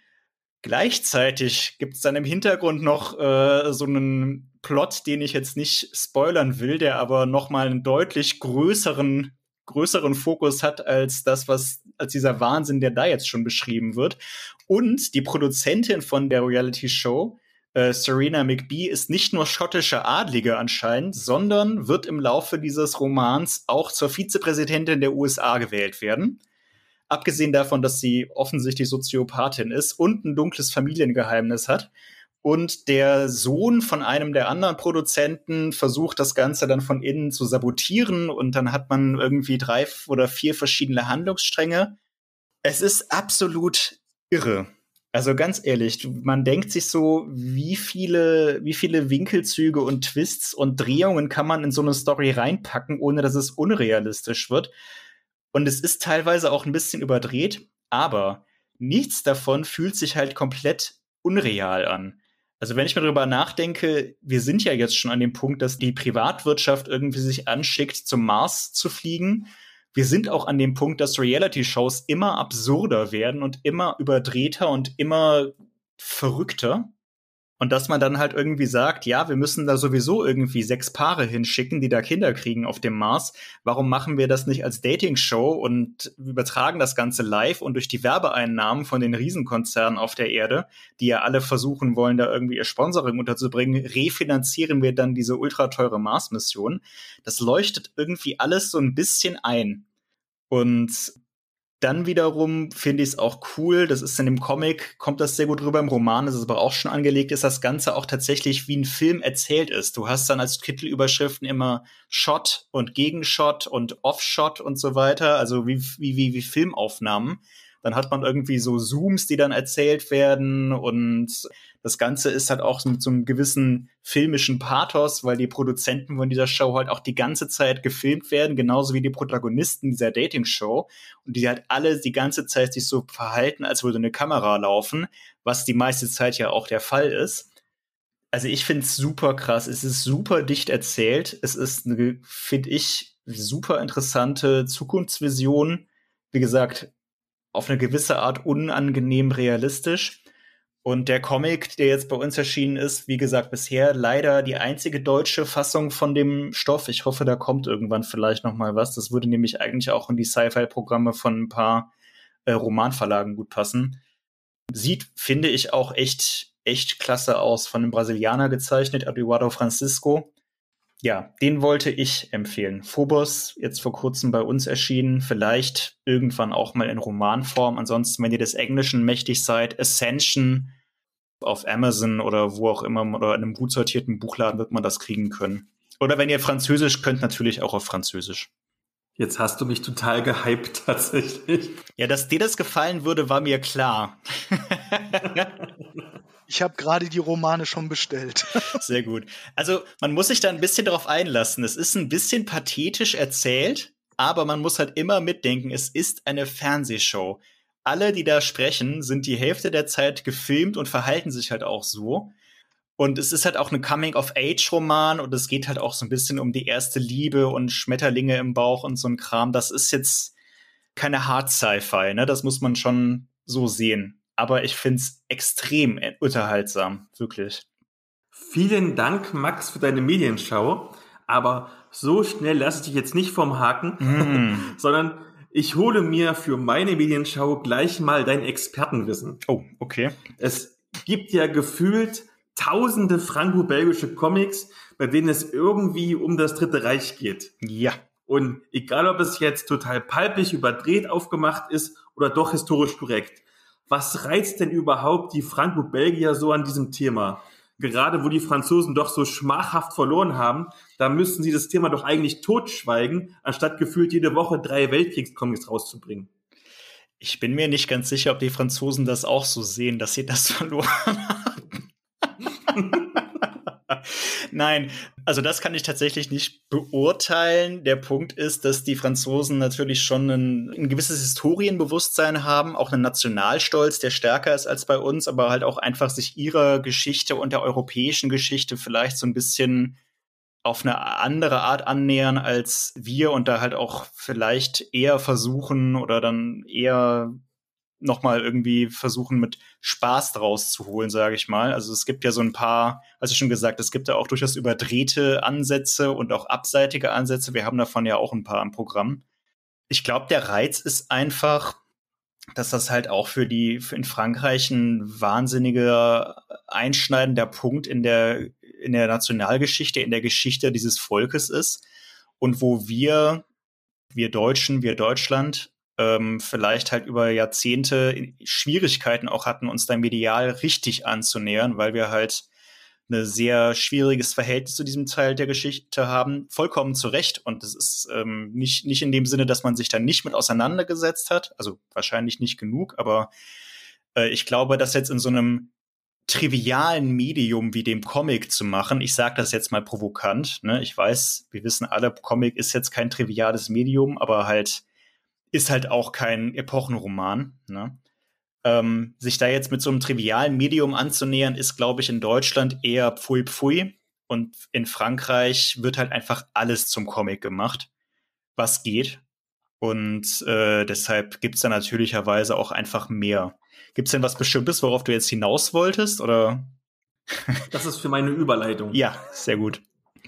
Gleichzeitig gibt es dann im Hintergrund noch äh, so einen Plot, den ich jetzt nicht spoilern will, der aber noch mal einen deutlich größeren größeren Fokus hat als das, was als dieser Wahnsinn, der da jetzt schon beschrieben wird. Und die Produzentin von der Reality-Show, äh, Serena McBee, ist nicht nur schottische Adlige anscheinend, sondern wird im Laufe dieses Romans auch zur Vizepräsidentin der U S A gewählt werden. Abgesehen davon, dass sie offensichtlich Soziopathin ist und ein dunkles Familiengeheimnis hat. Und der Sohn von einem der anderen Produzenten versucht, das Ganze dann von innen zu sabotieren. Und dann hat man irgendwie drei oder vier verschiedene Handlungsstränge. Es ist absolut irre. Also ganz ehrlich, man denkt sich so, wie viele, wie viele Winkelzüge und Twists und Drehungen kann man in so eine Story reinpacken, ohne dass es unrealistisch wird. Und es ist teilweise auch ein bisschen überdreht, aber nichts davon fühlt sich halt komplett unreal an. Also wenn ich mir darüber nachdenke, wir sind ja jetzt schon an dem Punkt, dass die Privatwirtschaft irgendwie sich anschickt, zum Mars zu fliegen. Wir sind auch an dem Punkt, dass Reality-Shows immer absurder werden und immer überdrehter und immer verrückter. Und dass man dann halt irgendwie sagt, ja, wir müssen da sowieso irgendwie sechs Paare hinschicken, die da Kinder kriegen auf dem Mars. Warum machen wir das nicht als Dating-Show und übertragen das Ganze live und durch die Werbeeinnahmen von den Riesenkonzernen auf der Erde, die ja alle versuchen wollen, da irgendwie ihr Sponsoring unterzubringen, refinanzieren wir dann diese ultrateure Mars-Mission. Das leuchtet irgendwie alles so ein bisschen ein. Und dann wiederum finde ich es auch cool, das ist in dem Comic, kommt das sehr gut rüber, im Roman ist es aber auch schon angelegt, ist das Ganze auch tatsächlich wie ein Film erzählt ist. Du hast dann als Titelüberschriften immer Shot und Gegenshot und Offshot und so weiter, also wie, wie, wie, wie Filmaufnahmen. Dann hat man irgendwie so Zooms, die dann erzählt werden und das Ganze ist halt auch mit so einem gewissen filmischen Pathos, weil die Produzenten von dieser Show halt auch die ganze Zeit gefilmt werden, genauso wie die Protagonisten dieser Dating-Show und die halt alle die ganze Zeit sich so verhalten, als würde eine Kamera laufen, was die meiste Zeit ja auch der Fall ist. Also ich finde es super krass, es ist super dicht erzählt, es ist eine, finde ich, super interessante Zukunftsvision, wie gesagt, auf eine gewisse Art unangenehm realistisch. Und der Comic, der jetzt bei uns erschienen ist, wie gesagt, bisher leider die einzige deutsche Fassung von dem Stoff. Ich hoffe, da kommt irgendwann vielleicht noch mal was. Das würde nämlich eigentlich auch in die Sci-Fi-Programme von ein paar äh, Romanverlagen gut passen. Sieht, finde ich, auch echt, echt klasse aus. Von einem Brasilianer gezeichnet, Eduardo Francisco. Ja, den wollte ich empfehlen. Phobos, jetzt vor kurzem bei uns erschienen, vielleicht irgendwann auch mal in Romanform. Ansonsten, wenn ihr des Englischen mächtig seid, Ascension auf Amazon oder wo auch immer oder in einem gut sortierten Buchladen wird man das kriegen können. Oder wenn ihr Französisch könnt, natürlich auch auf Französisch. Jetzt hast du mich total gehypt, tatsächlich. Ja, dass dir das gefallen würde, war mir klar. Ich habe gerade die Romane schon bestellt. Sehr gut. Also man muss sich da ein bisschen darauf einlassen. Es ist ein bisschen pathetisch erzählt, aber man muss halt immer mitdenken, es ist eine Fernsehshow. Alle, die da sprechen, sind die Hälfte der Zeit gefilmt und verhalten sich halt auch so. Und es ist halt auch ein Coming-of-Age-Roman und es geht halt auch so ein bisschen um die erste Liebe und Schmetterlinge im Bauch und so ein Kram. Das ist jetzt keine Hard-Sci-Fi, ne? Das muss man schon so sehen. Aber ich find's extrem unterhaltsam, wirklich. Vielen Dank, Max, für deine Medienschau. Aber so schnell lasse ich dich jetzt nicht vom Haken, mm. sondern ich hole mir für meine Medienschau gleich mal dein Expertenwissen. Oh, okay. Es gibt ja gefühlt tausende franco-belgische Comics, bei denen es irgendwie um das Dritte Reich geht. Ja. Und egal, ob es jetzt total palpig, überdreht aufgemacht ist oder doch historisch korrekt. Was reizt denn überhaupt die Franco-Belgier so an diesem Thema? Gerade wo die Franzosen doch so schmachhaft verloren haben, da müssten sie das Thema doch eigentlich totschweigen, anstatt gefühlt jede Woche drei Weltkriegscomics rauszubringen. Ich bin mir nicht ganz sicher, ob die Franzosen das auch so sehen, dass sie das verloren haben. Nein, also das kann ich tatsächlich nicht beurteilen. Der Punkt ist, dass die Franzosen natürlich schon ein, ein gewisses Historienbewusstsein haben, auch einen Nationalstolz, der stärker ist als bei uns, aber halt auch einfach sich ihrer Geschichte und der europäischen Geschichte vielleicht so ein bisschen auf eine andere Art annähern als wir und da halt auch vielleicht eher versuchen oder dann eher nochmal irgendwie versuchen, mit Spaß draus zu holen, sage ich mal. Also es gibt ja so ein paar, also schon gesagt, es gibt ja auch durchaus überdrehte Ansätze und auch abseitige Ansätze. Wir haben davon ja auch ein paar im Programm. Ich glaube, der Reiz ist einfach, dass das halt auch für die für in Frankreich ein wahnsinniger einschneidender Punkt in der in der Nationalgeschichte, in der Geschichte dieses Volkes ist und wo wir, wir Deutschen, wir Deutschland, ähm, vielleicht halt über Jahrzehnte Schwierigkeiten auch hatten, uns da medial richtig anzunähern, weil wir halt ein sehr schwieriges Verhältnis zu diesem Teil der Geschichte haben, vollkommen zu Recht. Und das ist ähm, nicht, nicht in dem Sinne, dass man sich da nicht mit auseinandergesetzt hat, also wahrscheinlich nicht genug, aber äh, ich glaube, dass jetzt in so einem trivialen Medium wie dem Comic zu machen, ich sage das jetzt mal provokant, ne? Ich weiß, wir wissen alle, Comic ist jetzt kein triviales Medium, aber halt ist halt auch kein Epochenroman, ne? Ähm, sich da jetzt mit so einem trivialen Medium anzunähern, ist, glaube ich, in Deutschland eher pfui pfui. Und in Frankreich wird halt einfach alles zum Comic gemacht, was geht. Und äh, deshalb gibt's da natürlicherweise auch einfach mehr. Gibt's denn was Bestimmtes, worauf du jetzt hinaus wolltest, oder? Das ist für meine Überleitung. Ja, sehr gut.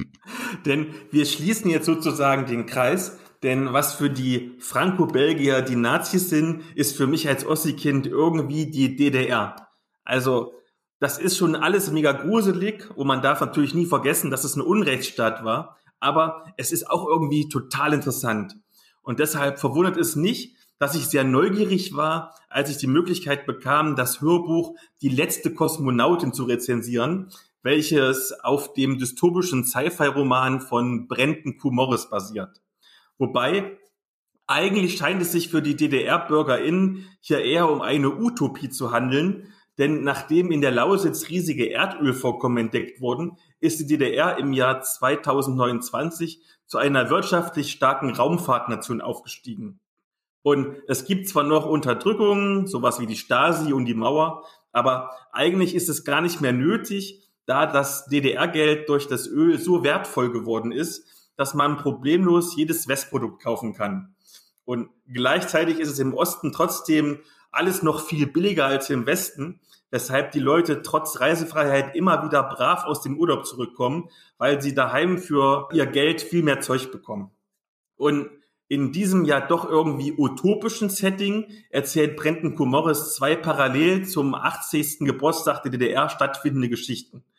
Denn wir schließen jetzt sozusagen den Kreis. Denn was für die Franco-Belgier die Nazis sind, ist für mich als Ossi-Kind irgendwie die D D R. Also das ist schon alles mega gruselig und man darf natürlich nie vergessen, dass es ein Unrechtsstaat war. Aber es ist auch irgendwie total interessant. Und deshalb verwundert es nicht, dass ich sehr neugierig war, als ich die Möglichkeit bekam, das Hörbuch Die letzte Kosmonautin zu rezensieren, welches auf dem dystopischen Sci-Fi-Roman von Brendan Q. Morris basiert. Wobei, eigentlich scheint es sich für die D D R-BürgerInnen hier eher um eine Utopie zu handeln, denn nachdem in der Lausitz riesige Erdölvorkommen entdeckt wurden, ist die D D R im Jahr zweitausendneunundzwanzig zu einer wirtschaftlich starken Raumfahrtnation aufgestiegen. Und es gibt zwar noch Unterdrückungen, sowas wie die Stasi und die Mauer, aber eigentlich ist es gar nicht mehr nötig, da das D D R-Geld durch das Öl so wertvoll geworden ist, dass man problemlos jedes Westprodukt kaufen kann. Und gleichzeitig ist es im Osten trotzdem alles noch viel billiger als im Westen, weshalb die Leute trotz Reisefreiheit immer wieder brav aus dem Urlaub zurückkommen, weil sie daheim für ihr Geld viel mehr Zeug bekommen. Und in diesem ja doch irgendwie utopischen Setting erzählt Brendan Q. Morris zwei parallel zum achtzigsten Geburtstag der D D R stattfindende Geschichten.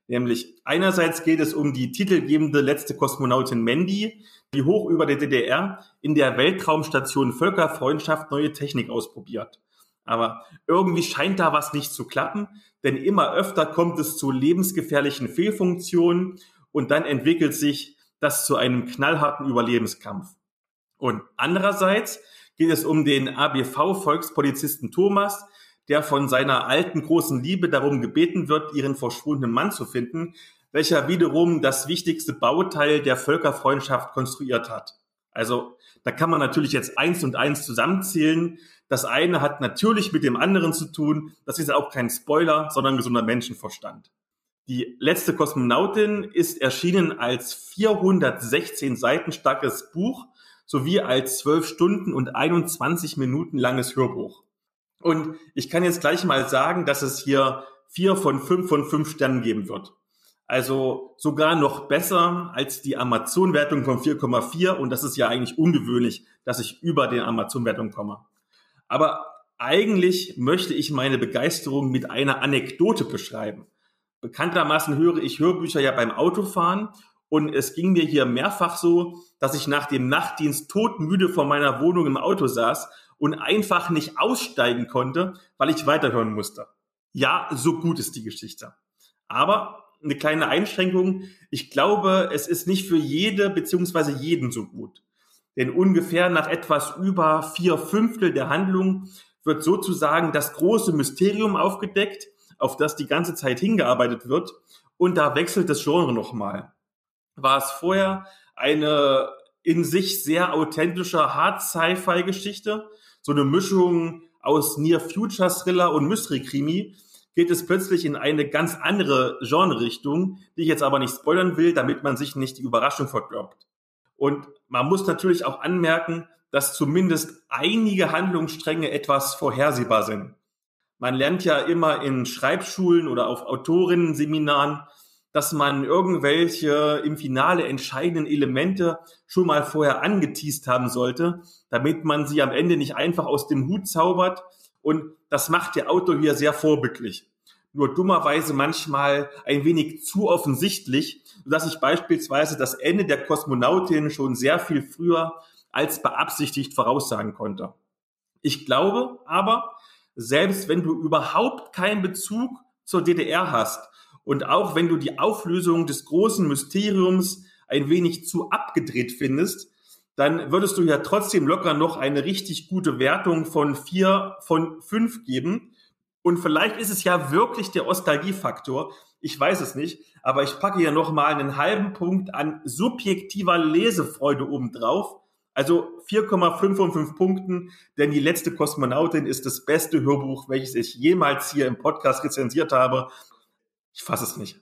Nämlich einerseits geht es um die titelgebende letzte Kosmonautin Mandy, die hoch über der D D R in der Weltraumstation Völkerfreundschaft neue Technik ausprobiert. Aber irgendwie scheint da was nicht zu klappen, denn immer öfter kommt es zu lebensgefährlichen Fehlfunktionen und dann entwickelt sich das zu einem knallharten Überlebenskampf. Und andererseits geht es um den A B V-Volkspolizisten Thomas, der von seiner alten großen Liebe darum gebeten wird, ihren verschwundenen Mann zu finden, welcher wiederum das wichtigste Bauteil der Völkerfreundschaft konstruiert hat. Also da kann man natürlich jetzt eins und eins zusammenzählen. Das eine hat natürlich mit dem anderen zu tun. Das ist auch kein Spoiler, sondern gesunder Menschenverstand. Die letzte Kosmonautin ist erschienen als vierhundertsechzehn Seiten starkes Buch sowie als zwölf Stunden und einundzwanzig Minuten langes Hörbuch. Und ich kann jetzt gleich mal sagen, dass es hier vier von fünf von fünf Sternen geben wird. Also sogar noch besser als die Amazon-Wertung von vier Komma vier. Und das ist ja eigentlich ungewöhnlich, dass ich über den Amazon-Wertung komme. Aber eigentlich möchte ich meine Begeisterung mit einer Anekdote beschreiben. Bekanntermaßen höre ich Hörbücher ja beim Autofahren. Und es ging mir hier mehrfach so, dass ich nach dem Nachtdienst todmüde vor meiner Wohnung im Auto saß und einfach nicht aussteigen konnte, weil ich weiterhören musste. Ja, so gut ist die Geschichte. Aber eine kleine Einschränkung. Ich glaube, es ist nicht für jede bzw. jeden so gut. Denn ungefähr nach etwas über vier Fünftel der Handlung wird sozusagen das große Mysterium aufgedeckt, auf das die ganze Zeit hingearbeitet wird. Und da wechselt das Genre nochmal. War es vorher eine in sich sehr authentische Hard-Sci-Fi-Geschichte, so eine Mischung aus Near-Future-Thriller und Mystery-Krimi, geht es plötzlich in eine ganz andere Genre-Richtung, die ich jetzt aber nicht spoilern will, damit man sich nicht die Überraschung verdirbt. Und man muss natürlich auch anmerken, dass zumindest einige Handlungsstränge etwas vorhersehbar sind. Man lernt ja immer in Schreibschulen oder auf Autorinnen-Seminaren, dass man irgendwelche im Finale entscheidenden Elemente schon mal vorher angeteast haben sollte, damit man sie am Ende nicht einfach aus dem Hut zaubert. Und das macht der Autor hier sehr vorbildlich. Nur dummerweise manchmal ein wenig zu offensichtlich, sodass ich beispielsweise das Ende der Kosmonautin schon sehr viel früher als beabsichtigt voraussagen konnte. Ich glaube aber, selbst wenn du überhaupt keinen Bezug zur D D R hast und auch wenn du die Auflösung des großen Mysteriums ein wenig zu abgedreht findest, dann würdest du ja trotzdem locker noch eine richtig gute Wertung von vier von fünf geben. Und vielleicht ist es ja wirklich der Nostalgiefaktor. Ich weiß es nicht, aber ich packe hier nochmal einen halben Punkt an subjektiver Lesefreude obendrauf. Also vier Komma fünf von fünf Punkten, denn die letzte Kosmonautin ist das beste Hörbuch, welches ich jemals hier im Podcast rezensiert habe. Ich fasse es nicht.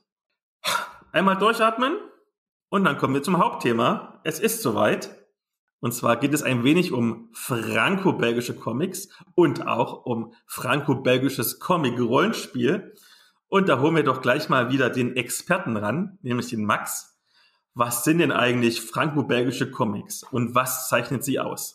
Einmal durchatmen und dann kommen wir zum Hauptthema. Es ist soweit. Und zwar geht es ein wenig um franco-belgische Comics und auch um franco-belgisches Comic-Rollenspiel. Und da holen wir doch gleich mal wieder den Experten ran, nämlich den Max. Was sind denn eigentlich franco-belgische Comics und was zeichnet sie aus?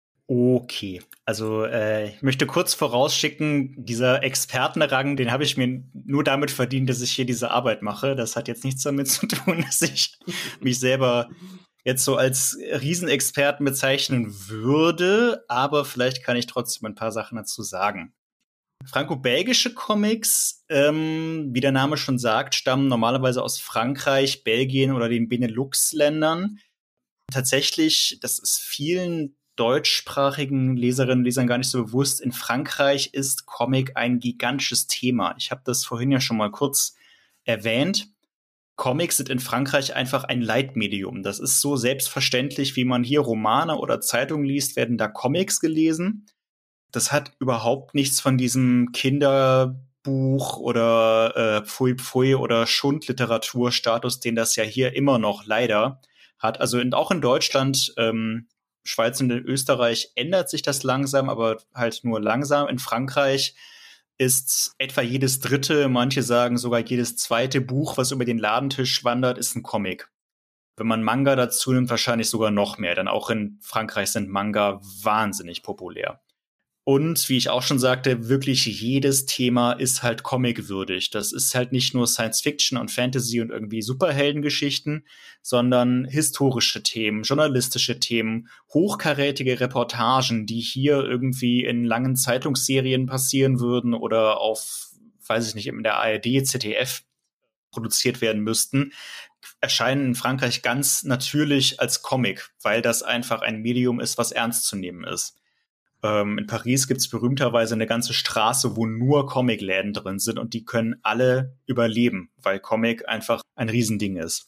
Okay, also äh, ich möchte kurz vorausschicken, dieser Expertenrang, den habe ich mir nur damit verdient, dass ich hier diese Arbeit mache. Das hat jetzt nichts damit zu tun, dass ich mich selber jetzt so als Riesenexperten bezeichnen würde, aber vielleicht kann ich trotzdem ein paar Sachen dazu sagen. Franco-belgische Comics, ähm, wie der Name schon sagt, stammen normalerweise aus Frankreich, Belgien oder den Benelux-Ländern. Tatsächlich, das ist vielen deutschsprachigen Leserinnen und Lesern gar nicht so bewusst, in Frankreich ist Comic ein gigantisches Thema. Ich habe das vorhin ja schon mal kurz erwähnt. Comics sind in Frankreich einfach ein Leitmedium. Das ist so selbstverständlich, wie man hier Romane oder Zeitungen liest, werden da Comics gelesen. Das hat überhaupt nichts von diesem Kinderbuch oder äh, Pfui Pfui oder Schundliteraturstatus, den das ja hier immer noch leider hat. Also in, auch in Deutschland, ähm, Schweiz und in Österreich ändert sich das langsam, aber halt nur langsam. In Frankreich ist etwa jedes dritte, manche sagen sogar jedes zweite Buch, was über den Ladentisch wandert, ist ein Comic. Wenn man Manga dazu nimmt, wahrscheinlich sogar noch mehr, denn auch in Frankreich sind Manga wahnsinnig populär. Und wie ich auch schon sagte, wirklich jedes Thema ist halt comicwürdig. Das ist halt nicht nur Science-Fiction und Fantasy und irgendwie Superheldengeschichten, sondern historische Themen, journalistische Themen, hochkarätige Reportagen, die hier irgendwie in langen Zeitungsserien passieren würden oder auf, weiß ich nicht, in der A R D, Z D F produziert werden müssten, erscheinen in Frankreich ganz natürlich als Comic, weil das einfach ein Medium ist, was ernst zu nehmen ist. Ähm, in Paris gibt's berühmterweise eine ganze Straße, wo nur Comicläden drin sind und die können alle überleben, weil Comic einfach ein Riesending ist.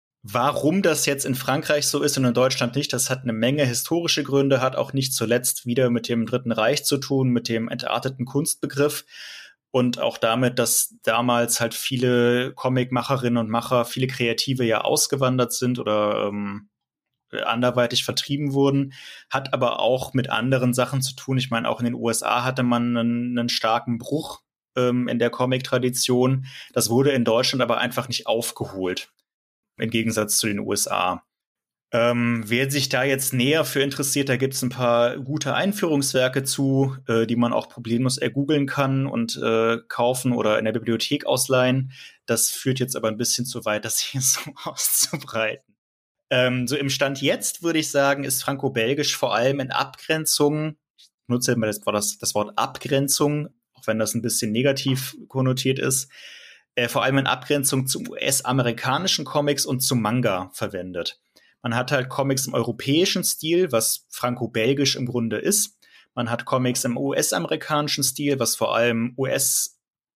Warum das jetzt in Frankreich so ist und in Deutschland nicht, das hat eine Menge historische Gründe, hat auch nicht zuletzt wieder mit dem Dritten Reich zu tun, mit dem entarteten Kunstbegriff und auch damit, dass damals halt viele Comicmacherinnen und Macher, viele Kreative ja ausgewandert sind oder ähm, anderweitig vertrieben wurden, hat aber auch mit anderen Sachen zu tun. Ich meine, auch in den U S A hatte man einen, einen starken Bruch ähm, in der Comic-Tradition. Das wurde in Deutschland aber einfach nicht aufgeholt, im Gegensatz zu den U S A. Ähm, wer sich da jetzt näher für interessiert, da gibt es ein paar gute Einführungswerke zu, äh, die man auch problemlos ergoogeln kann und äh, kaufen oder in der Bibliothek ausleihen. Das führt jetzt aber ein bisschen zu weit, das hier so auszubreiten. Ähm, so im Stand jetzt würde ich sagen, ist Franco-Belgisch vor allem in Abgrenzung, ich nutze immer das, das, das Wort Abgrenzung, auch wenn das ein bisschen negativ konnotiert ist, äh, vor allem in Abgrenzung zu U S-amerikanischen Comics und zu Manga verwendet. Man hat halt Comics im europäischen Stil, was Franco-Belgisch im Grunde ist. Man hat Comics im U S-amerikanischen Stil, was vor allem U S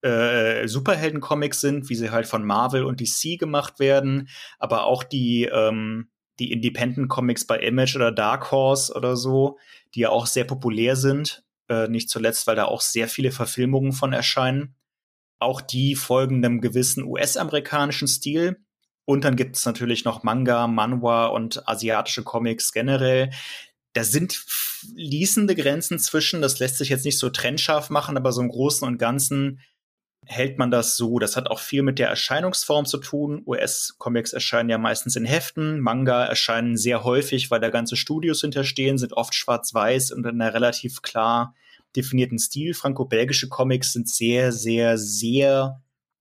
Äh, Superhelden-Comics sind, wie sie halt von Marvel und D C gemacht werden, aber auch die, ähm, die Independent-Comics bei Image oder Dark Horse oder so, die ja auch sehr populär sind, äh, nicht zuletzt, weil da auch sehr viele Verfilmungen von erscheinen. Auch die folgen einem gewissen U S-amerikanischen Stil. Und dann gibt es natürlich noch Manga, Manhwa und asiatische Comics generell. Da sind fließende Grenzen zwischen, das lässt sich jetzt nicht so trennscharf machen, aber so im Großen und Ganzen hält man das so. Das hat auch viel mit der Erscheinungsform zu tun. U S-Comics erscheinen ja meistens in Heften. Manga erscheinen sehr häufig, weil da ganze Studios hinterstehen, sind oft schwarz-weiß und in einer relativ klar definierten Stil. Franco-belgische Comics sind sehr, sehr, sehr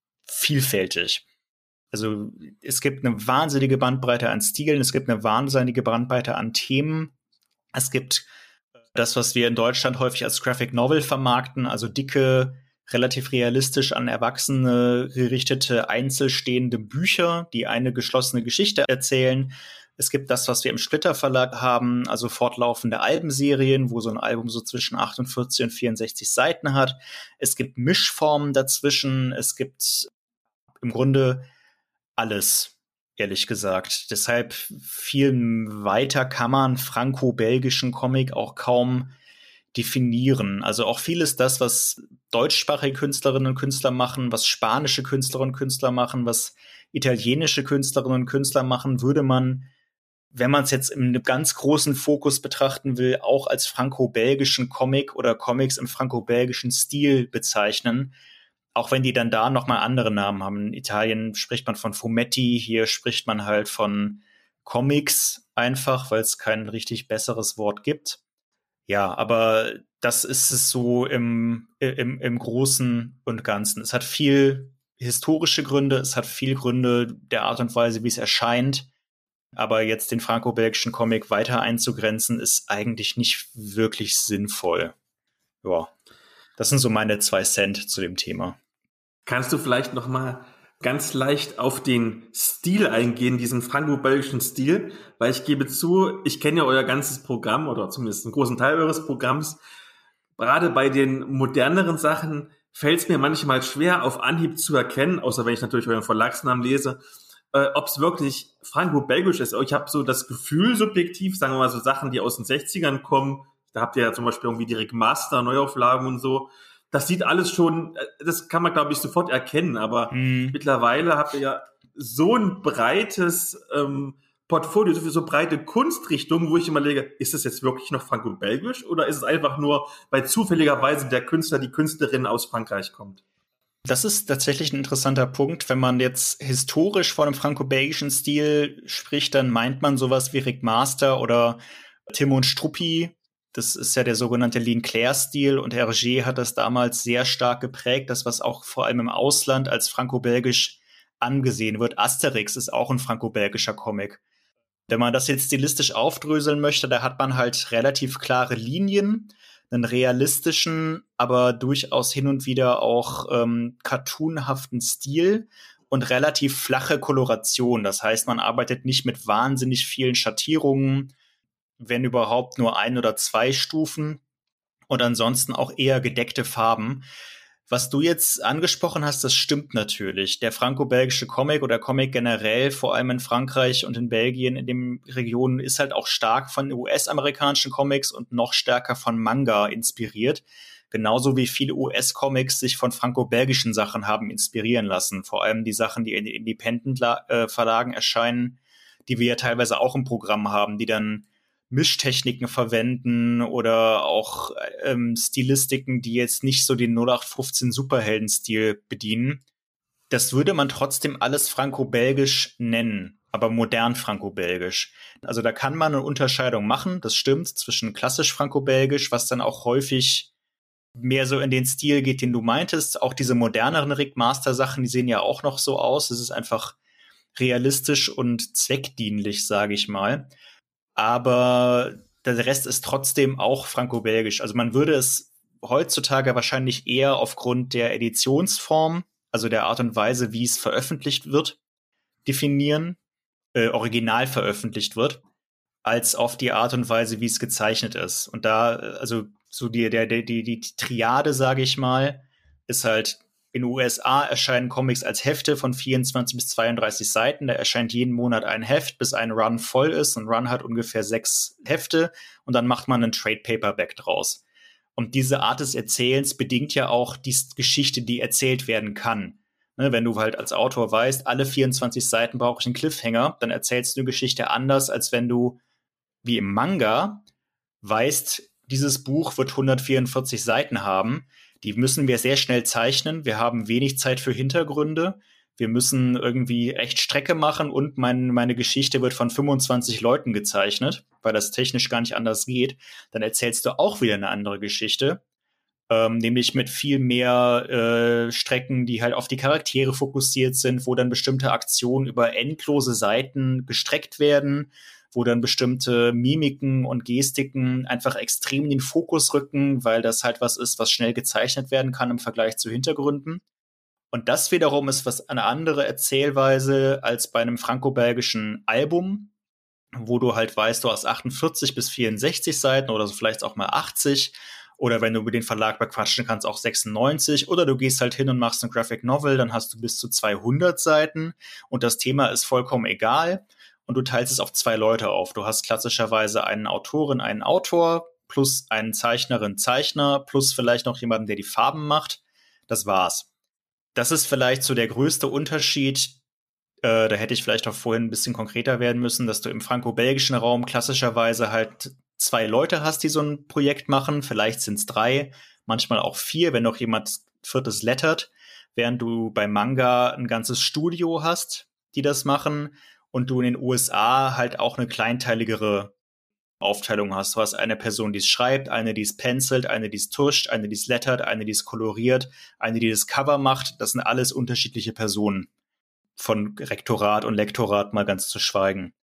vielfältig. Also es gibt eine wahnsinnige Bandbreite an Stilen, es gibt eine wahnsinnige Bandbreite an Themen. Es gibt das, was wir in Deutschland häufig als Graphic Novel vermarkten, also dicke, relativ realistisch an Erwachsene gerichtete, einzelstehende Bücher, die eine geschlossene Geschichte erzählen. Es gibt das, was wir im Splitter Verlag haben, also fortlaufende Albenserien, wo so ein Album so zwischen achtundvierzig und vierundsechzig Seiten hat. Es gibt Mischformen dazwischen. Es gibt im Grunde alles, ehrlich gesagt. Deshalb viel weiter kann man franco-belgischen Comic auch kaum definieren. Also auch vieles das, was deutschsprachige Künstlerinnen und Künstler machen, was spanische Künstlerinnen und Künstler machen, was italienische Künstlerinnen und Künstler machen, würde man, wenn man es jetzt in einem ganz großen Fokus betrachten will, auch als franco-belgischen Comic oder Comics im franco-belgischen Stil bezeichnen. Auch wenn die dann da nochmal andere Namen haben. In Italien spricht man von Fumetti, hier spricht man halt von Comics einfach, weil es kein richtig besseres Wort gibt. Ja, aber das ist es so im, im, im Großen und Ganzen. Es hat viel historische Gründe, es hat viel Gründe der Art und Weise, wie es erscheint. Aber jetzt den franco-belgischen Comic weiter einzugrenzen, ist eigentlich nicht wirklich sinnvoll. Ja, das sind so meine zwei Cent zu dem Thema. Kannst du vielleicht noch mal ganz leicht auf den Stil eingehen, diesen franco-belgischen Stil, weil ich gebe zu, ich kenne ja euer ganzes Programm oder zumindest einen großen Teil eures Programms. Gerade bei den moderneren Sachen fällt es mir manchmal schwer, auf Anhieb zu erkennen, außer wenn ich natürlich euren Verlagsnamen lese, äh, ob es wirklich franco-belgisch ist. Ich habe so das Gefühl, subjektiv, sagen wir mal so Sachen, die aus den sechzigern kommen, da habt ihr ja zum Beispiel irgendwie direkt Master, Neuauflagen und so. Das sieht alles schon, das kann man, glaube ich, sofort erkennen, aber hm. mittlerweile habt ihr ja so ein breites ähm, Portfolio, so, so breite Kunstrichtungen, wo ich immer lege, ist das jetzt wirklich noch franco-belgisch oder ist es einfach nur, weil zufälligerweise der Künstler, die Künstlerin aus Frankreich kommt? Das ist tatsächlich ein interessanter Punkt. Wenn man jetzt historisch von einem franco-belgischen Stil spricht, dann meint man sowas wie Rick Master oder Timon Struppi, Das ist ja der sogenannte Linclair-Stil und Hergé hat das damals sehr stark geprägt, das was auch vor allem im Ausland als franco-belgisch angesehen wird. Asterix ist auch ein franco-belgischer Comic. Wenn man das jetzt stilistisch aufdröseln möchte, da hat man halt relativ klare Linien, einen realistischen, aber durchaus hin und wieder auch ähm, cartoonhaften Stil und relativ flache Koloration. Das heißt, man arbeitet nicht mit wahnsinnig vielen Schattierungen, wenn überhaupt nur ein oder zwei Stufen und ansonsten auch eher gedeckte Farben. Was du jetzt angesprochen hast, das stimmt natürlich. Der franco-belgische Comic oder Comic generell, vor allem in Frankreich und in Belgien, in den Regionen, ist halt auch stark von U S-amerikanischen Comics und noch stärker von Manga inspiriert. Genauso wie viele U S-Comics sich von franco-belgischen Sachen haben inspirieren lassen. Vor allem die Sachen, die in Independent-Verlagen erscheinen, die wir ja teilweise auch im Programm haben, die dann Mischtechniken verwenden oder auch ähm, Stilistiken, die jetzt nicht so den null acht fünfzehn Superhelden-Stil bedienen. Das würde man trotzdem alles franco-belgisch nennen, aber modern franco-belgisch. Also da kann man eine Unterscheidung machen, das stimmt, zwischen klassisch franco-belgisch, was dann auch häufig mehr so in den Stil geht, den du meintest. Auch diese moderneren Rick-Master-Sachen, die sehen ja auch noch so aus. Es ist einfach realistisch und zweckdienlich, sage ich mal. Aber der Rest ist trotzdem auch franco-belgisch. Also man würde es heutzutage wahrscheinlich eher aufgrund der Editionsform, also der Art und Weise, wie es veröffentlicht wird, definieren, äh, original veröffentlicht wird, als auf die Art und Weise, wie es gezeichnet ist. Und da, also so die, der, die, die, die Triade, sage ich mal, ist halt, in den U S A erscheinen Comics als Hefte von vierundzwanzig bis zweiunddreißig Seiten. Da erscheint jeden Monat ein Heft, bis ein Run voll ist. Ein Run hat ungefähr sechs Hefte und dann macht man einen Trade Paperback draus. Und diese Art des Erzählens bedingt ja auch die Geschichte, die erzählt werden kann. Ne, wenn du halt als Autor weißt, alle vierundzwanzig Seiten brauche ich einen Cliffhanger, dann erzählst du eine Geschichte anders, als wenn du, wie im Manga, weißt, dieses Buch wird hundertvierundvierzig Seiten haben. Die müssen wir sehr schnell zeichnen. Wir haben wenig Zeit für Hintergründe. Wir müssen irgendwie echt Strecke machen und mein, meine Geschichte wird von fünfundzwanzig Leuten gezeichnet, weil das technisch gar nicht anders geht. Dann erzählst du auch wieder eine andere Geschichte, ähm, nämlich mit viel mehr äh, Strecken, die halt auf die Charaktere fokussiert sind, wo dann bestimmte Aktionen über endlose Seiten gestreckt werden, wo dann bestimmte Mimiken und Gestiken einfach extrem in den Fokus rücken, weil das halt was ist, was schnell gezeichnet werden kann im Vergleich zu Hintergründen. Und das wiederum ist was eine andere Erzählweise als bei einem franco-belgischen Album, wo du halt weißt, du hast achtundvierzig bis vierundsechzig Seiten oder so vielleicht auch mal achtzig. Oder wenn du über den Verlag bequatschen kannst, auch sechsundneunzig. Oder du gehst halt hin und machst ein Graphic Novel, dann hast du bis zu zweihundert Seiten und das Thema ist vollkommen egal. Und du teilst es auf zwei Leute auf. Du hast klassischerweise einen Autorin, einen Autor, plus einen Zeichnerin, Zeichner, plus vielleicht noch jemanden, der die Farben macht. Das war's. Das ist vielleicht so der größte Unterschied. Äh, da hätte ich vielleicht auch vorhin ein bisschen konkreter werden müssen, dass du im franco-belgischen Raum klassischerweise halt zwei Leute hast, die so ein Projekt machen. Vielleicht sind es drei, manchmal auch vier, wenn noch jemand viertes lettert. Während du bei Manga ein ganzes Studio hast, die das machen. Und du in den U S A halt auch eine kleinteiligere Aufteilung hast. Du hast eine Person, die es schreibt, eine, die es pencelt, eine, die es tuscht, eine, die es lettert, eine, die es koloriert, eine, die das Cover macht. Das sind alles unterschiedliche Personen. Von Rektorat und Lektorat mal ganz zu schweigen.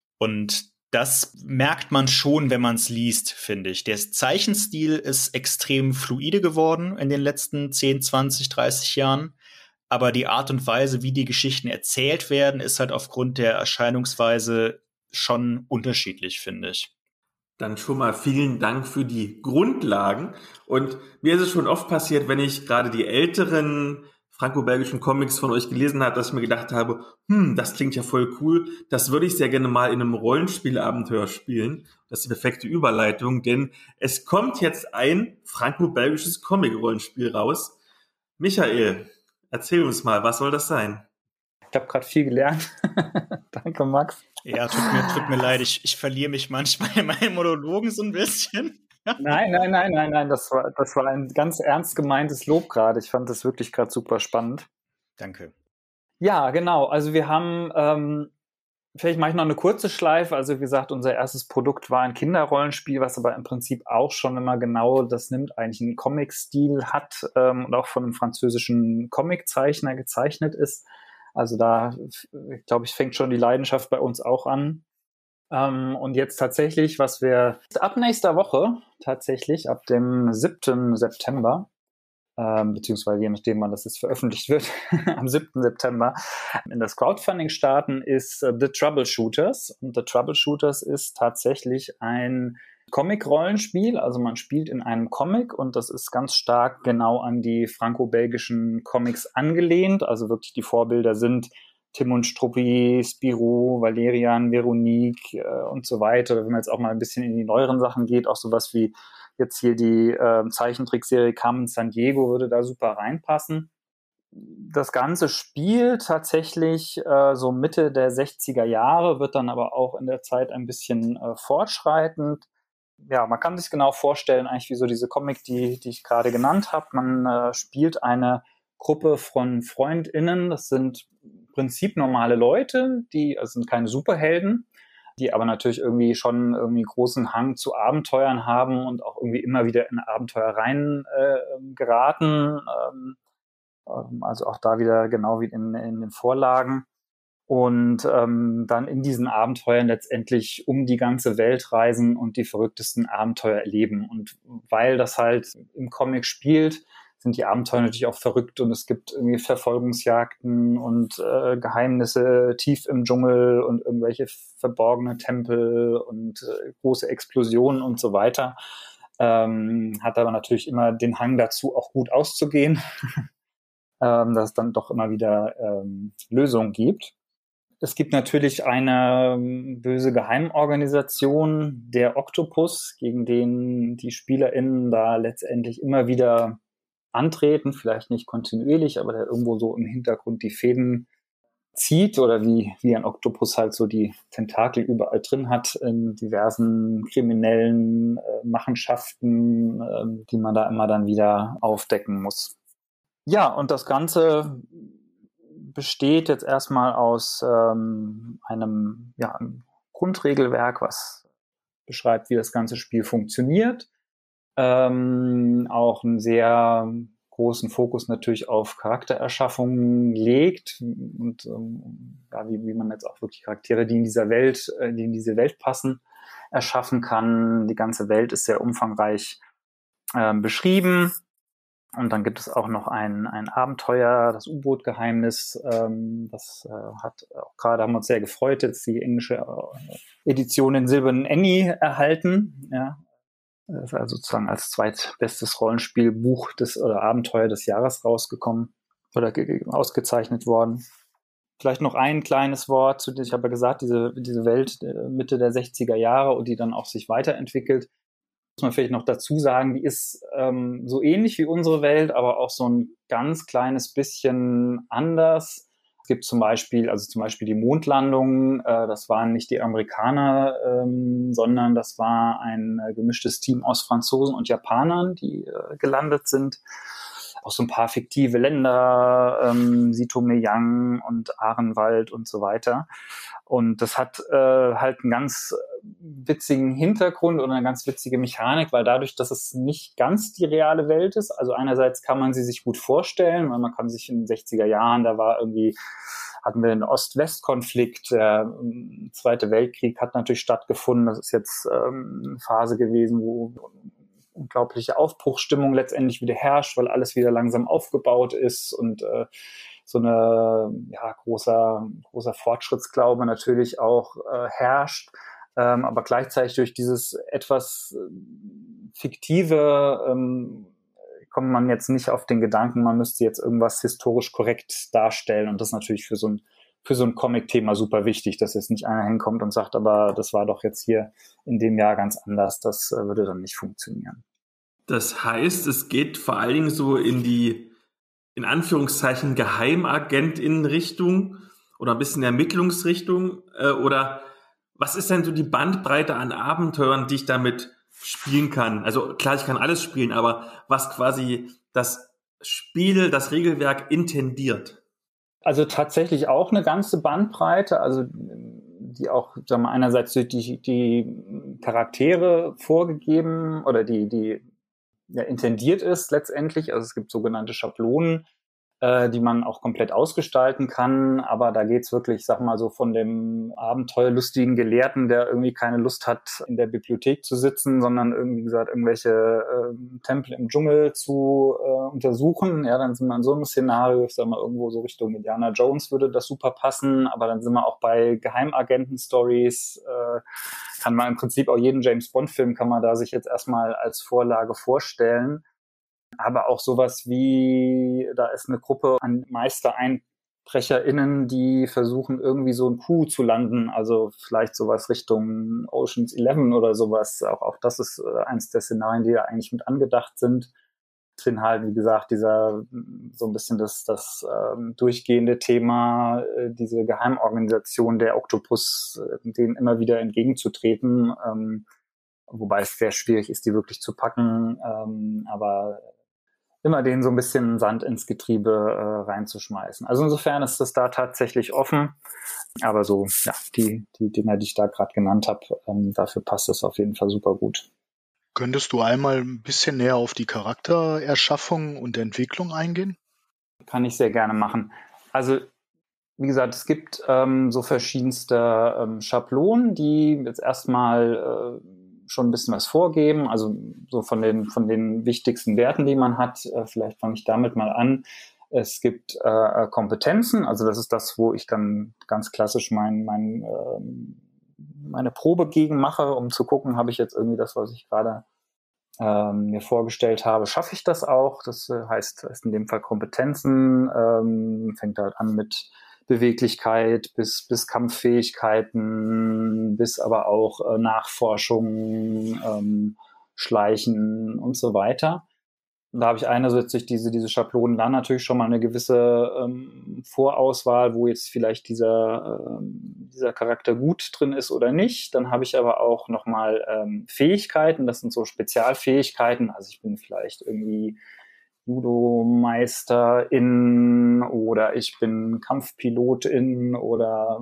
Und das merkt man schon, wenn man es liest, finde ich. Der Zeichenstil ist extrem fluide geworden in den letzten zehn, zwanzig, dreißig Jahren. Aber die Art und Weise, wie die Geschichten erzählt werden, ist halt aufgrund der Erscheinungsweise schon unterschiedlich, finde ich. Dann schon mal vielen Dank für die Grundlagen. Und mir ist es schon oft passiert, wenn ich gerade die älteren franco-belgischen Comics von euch gelesen habe, dass ich mir gedacht habe, hm, das klingt ja voll cool, das würde ich sehr gerne mal in einem Rollenspielabenteuer spielen. Das ist die perfekte Überleitung, denn es kommt jetzt ein franco-belgisches Comic-Rollenspiel raus. Michael, erzähl uns mal, was soll das sein? Ich habe gerade viel gelernt. Danke, Max. Ja, tut mir, tut mir leid, ich, ich verliere mich manchmal in meinen Monologen so ein bisschen. Nein, nein, nein, nein, nein, das war, das war ein ganz ernst gemeintes Lob gerade. Ich fand das wirklich gerade super spannend. Danke. Ja, genau. Also wir haben ähm, Vielleicht mache ich noch eine kurze Schleife. Also wie gesagt, unser erstes Produkt war ein Kinderrollenspiel, was aber im Prinzip auch schon immer genau das nimmt, eigentlich einen Comic-Stil hat ähm, und auch von einem französischen Comiczeichner gezeichnet ist. Also da, glaube ich, fängt schon die Leidenschaft bei uns auch an. Ähm, und jetzt tatsächlich, was wir ab nächster Woche, tatsächlich ab dem siebten September, Ähm, beziehungsweise je nachdem, wann das jetzt veröffentlicht wird, am siebten September in das Crowdfunding starten, ist uh, The Troubleshooters. Und The Troubleshooters ist tatsächlich ein Comic-Rollenspiel, also man spielt in einem Comic und das ist ganz stark genau an die franco-belgischen Comics angelehnt. Also wirklich die Vorbilder sind Tim und Struppi, Spirou, Valerian, Veronique äh, und so weiter. Wenn man jetzt auch mal ein bisschen in die neueren Sachen geht, auch sowas wie jetzt hier die äh, Zeichentrickserie Carmen Sandiego würde da super reinpassen. Das Ganze spielt tatsächlich äh, so Mitte der sechziger Jahre, wird dann aber auch in der Zeit ein bisschen äh, fortschreitend. Ja, man kann sich genau vorstellen, eigentlich wie so diese Comic, die, die ich gerade genannt habe. Man äh, spielt eine Gruppe von FreundInnen, das sind im Prinzip normale Leute, die also sind keine Superhelden, die aber natürlich irgendwie schon irgendwie großen Hang zu Abenteuern haben und auch irgendwie immer wieder in Abenteuer rein äh, geraten. Ähm, also auch da wieder genau wie in, in den Vorlagen. Und ähm, dann in diesen Abenteuern letztendlich um die ganze Welt reisen und die verrücktesten Abenteuer erleben. Und weil das halt im Comic spielt, sind die Abenteuer natürlich auch verrückt und es gibt irgendwie Verfolgungsjagden und äh, Geheimnisse tief im Dschungel und irgendwelche verborgene Tempel und äh, große Explosionen und so weiter. Ähm, hat aber natürlich immer den Hang dazu, auch gut auszugehen, ähm, dass es dann doch immer wieder ähm, Lösungen gibt. Es gibt natürlich eine böse Geheimorganisation, der Oktopus, gegen den die SpielerInnen da letztendlich immer wieder antreten, vielleicht nicht kontinuierlich, aber der irgendwo so im Hintergrund die Fäden zieht oder wie, wie ein Oktopus halt so die Tentakel überall drin hat in diversen kriminellen äh, Machenschaften, äh, die man da immer dann wieder aufdecken muss. Ja, und das Ganze besteht jetzt erstmal aus ähm, einem, ja, einem Grundregelwerk, was beschreibt, wie das ganze Spiel funktioniert. Ähm, auch einen sehr großen Fokus natürlich auf Charaktererschaffung legt und ähm, ja, wie, wie man jetzt auch wirklich Charaktere, die in dieser Welt, äh, die in diese Welt passen, erschaffen kann. Die ganze Welt ist sehr umfangreich äh, beschrieben. Und dann gibt es auch noch ein, ein Abenteuer, das U-Boot-Geheimnis. Ähm, das äh, hat auch gerade, haben wir uns sehr gefreut, jetzt die englische äh, Edition in silbernen Emmy erhalten. Ja. Das ist also sozusagen als zweitbestes Rollenspielbuch des oder Abenteuer des Jahres rausgekommen oder ge- ausgezeichnet worden. Vielleicht noch ein kleines Wort zu, ich habe ja gesagt, diese, diese Welt äh, Mitte der sechziger Jahre und die dann auch sich weiterentwickelt. Muss man vielleicht noch dazu sagen, die ist ähm, so ähnlich wie unsere Welt, aber auch so ein ganz kleines bisschen anders. Es gibt zum Beispiel, also zum Beispiel die Mondlandung, äh, das waren nicht die Amerikaner, ähm, sondern das war ein äh, gemischtes Team aus Franzosen und Japanern, die äh, gelandet sind. Auch so ein paar fiktive Länder, ähm, Sitomeyang und Ahrenwald und so weiter. Und das hat äh, halt einen ganz witzigen Hintergrund oder eine ganz witzige Mechanik, weil dadurch, dass es nicht ganz die reale Welt ist, also einerseits kann man sie sich gut vorstellen, weil man kann sich in den sechziger Jahren, da war irgendwie, hatten wir einen Ost-West-Konflikt, der ähm, Zweite Weltkrieg hat natürlich stattgefunden, das ist jetzt ähm, eine Phase gewesen, wo unglaubliche Aufbruchsstimmung letztendlich wieder herrscht, weil alles wieder langsam aufgebaut ist und äh, so eine ja großer großer Fortschrittsglaube natürlich auch äh, herrscht, ähm, aber gleichzeitig durch dieses etwas äh, fiktive ähm, kommt man jetzt nicht auf den Gedanken, man müsste jetzt irgendwas historisch korrekt darstellen und das ist natürlich für so ein für so ein Comic-Thema super wichtig, dass jetzt nicht einer hinkommt und sagt, aber das war doch jetzt hier in dem Jahr ganz anders, das äh, würde dann nicht funktionieren. Das heißt, es geht vor allen Dingen so in die, in Anführungszeichen, Geheimagentinnenrichtung oder ein bisschen Ermittlungsrichtung, äh, oder was ist denn so die Bandbreite an Abenteuern, die ich damit spielen kann? Also klar, ich kann alles spielen, aber was quasi das Spiel, das Regelwerk intendiert? Also tatsächlich auch eine ganze Bandbreite. Also die auch, sagen wir, einerseits durch die, die Charaktere vorgegeben oder die, die ja, intendiert ist letztendlich. Also es gibt sogenannte Schablonen, äh, die man auch komplett ausgestalten kann. Aber da geht's wirklich, sag mal so, von dem abenteuerlustigen Gelehrten, der irgendwie keine Lust hat, in der Bibliothek zu sitzen, sondern irgendwie, wie gesagt, irgendwelche äh, Tempel im Dschungel zu äh, untersuchen. Ja, dann sind wir in so einem Szenario, ich sag mal, irgendwo so Richtung Indiana Jones würde das super passen. Aber dann sind wir auch bei Geheimagenten-Stories. Äh, kann man im Prinzip auch jeden James-Bond-Film kann man da sich jetzt erstmal als Vorlage vorstellen. Aber auch sowas wie, da ist eine Gruppe an MeistereinbrecherInnen, die versuchen irgendwie so ein Coup zu landen, also vielleicht sowas Richtung Ocean's Eleven oder sowas. Auch, auch das ist äh, eins der Szenarien, die da eigentlich mit angedacht sind. Drin halt, wie gesagt, dieser, so ein bisschen das, das ähm, durchgehende Thema, äh, diese Geheimorganisation der Oktopus, äh, denen immer wieder entgegenzutreten, ähm, wobei es sehr schwierig ist, die wirklich zu packen, ähm, aber immer denen so ein bisschen Sand ins Getriebe äh, reinzuschmeißen. Also insofern ist das da tatsächlich offen. Aber so, ja, die, die Dinger, die ich da gerade genannt habe, ähm, dafür passt es auf jeden Fall super gut. Könntest du einmal ein bisschen näher auf die Charaktererschaffung und Entwicklung eingehen? Kann ich sehr gerne machen. Also, wie gesagt, es gibt ähm, so verschiedenste ähm, Schablonen, die jetzt erstmal äh, schon ein bisschen was vorgeben, also so von den, von den wichtigsten Werten, die man hat. Äh, vielleicht fange ich damit mal an. Es gibt äh, Kompetenzen, also das ist das, wo ich dann ganz klassisch mein, mein, ähm, meine Probe gegen mache, um zu gucken, habe ich jetzt irgendwie das, was ich gerade ähm, mir vorgestellt habe, schaffe ich das auch? Das äh, heißt, heißt in dem Fall Kompetenzen, ähm, fängt halt an mit Beweglichkeit bis, bis Kampffähigkeiten, bis aber auch äh, Nachforschung, ähm, Schleichen und so weiter. Und da habe ich einerseits durch diese, diese Schablonen dann natürlich schon mal eine gewisse ähm, Vorauswahl, wo jetzt vielleicht dieser, ähm, dieser Charakter gut drin ist oder nicht. Dann habe ich aber auch nochmal ähm, Fähigkeiten, das sind so Spezialfähigkeiten. Also ich bin vielleicht irgendwie Judo-Meisterin oder ich bin Kampfpilotin oder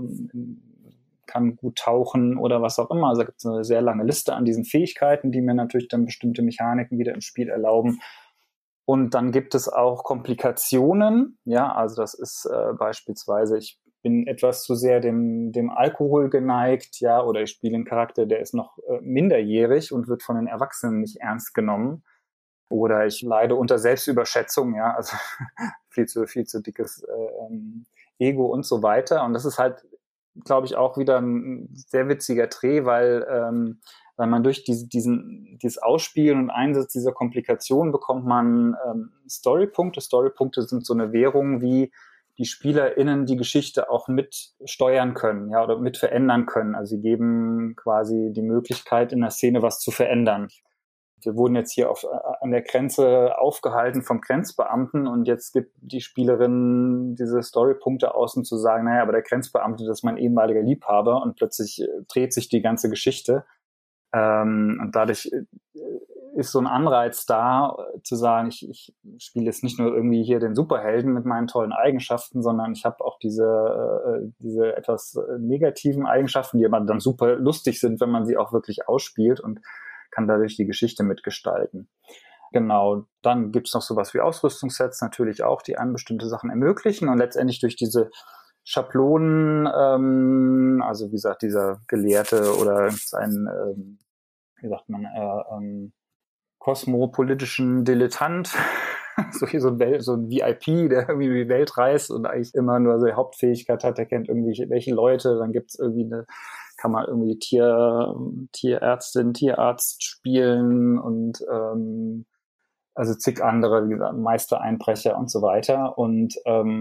kann gut tauchen oder was auch immer. Also da gibt es eine sehr lange Liste an diesen Fähigkeiten, die mir natürlich dann bestimmte Mechaniken wieder im Spiel erlauben. Und dann gibt es auch Komplikationen. Ja, also das ist äh, beispielsweise, ich bin etwas zu sehr dem, dem Alkohol geneigt, ja, oder ich spiele einen Charakter, der ist noch äh, minderjährig und wird von den Erwachsenen nicht ernst genommen. Oder ich leide unter Selbstüberschätzung, ja, also viel zu, viel zu dickes äh, Ego und so weiter. Und das ist halt, glaube ich, auch wieder ein sehr witziger Dreh, weil, ähm, weil man durch diese, diesen, dieses Ausspielen und Einsatz dieser Komplikation bekommt man ähm, Storypunkte. Storypunkte sind so eine Währung, wie die SpielerInnen die Geschichte auch mit steuern können, ja, oder mit verändern können. Also sie geben quasi die Möglichkeit, in der Szene was zu verändern. Wir wurden jetzt hier auf, an der Grenze aufgehalten vom Grenzbeamten und jetzt gibt die Spielerin diese Storypunkte aus, um zu sagen, naja, aber der Grenzbeamte, das ist mein ehemaliger Liebhaber und plötzlich dreht sich die ganze Geschichte. Ähm, und dadurch ist so ein Anreiz da, zu sagen, ich, ich spiele jetzt nicht nur irgendwie hier den Superhelden mit meinen tollen Eigenschaften, sondern ich habe auch diese, äh, diese etwas negativen Eigenschaften, die aber dann super lustig sind, wenn man sie auch wirklich ausspielt und kann dadurch die Geschichte mitgestalten. Genau, dann gibt's noch sowas wie Ausrüstungssets natürlich auch, die einem bestimmte Sachen ermöglichen und letztendlich durch diese Schablonen, ähm, also wie gesagt, dieser Gelehrte oder sein, ähm, wie sagt man, äh, ähm, kosmopolitischen Dilettant, so hier so ein, Welt, so ein V I P, der irgendwie die Welt reist und eigentlich immer nur so die Hauptfähigkeit hat, der kennt irgendwie welche Leute, dann gibt's irgendwie eine, kann man irgendwie Tier, Tierärztin, Tierarzt spielen und ähm, also zig andere, wie gesagt, Meistereinbrecher und so weiter. Und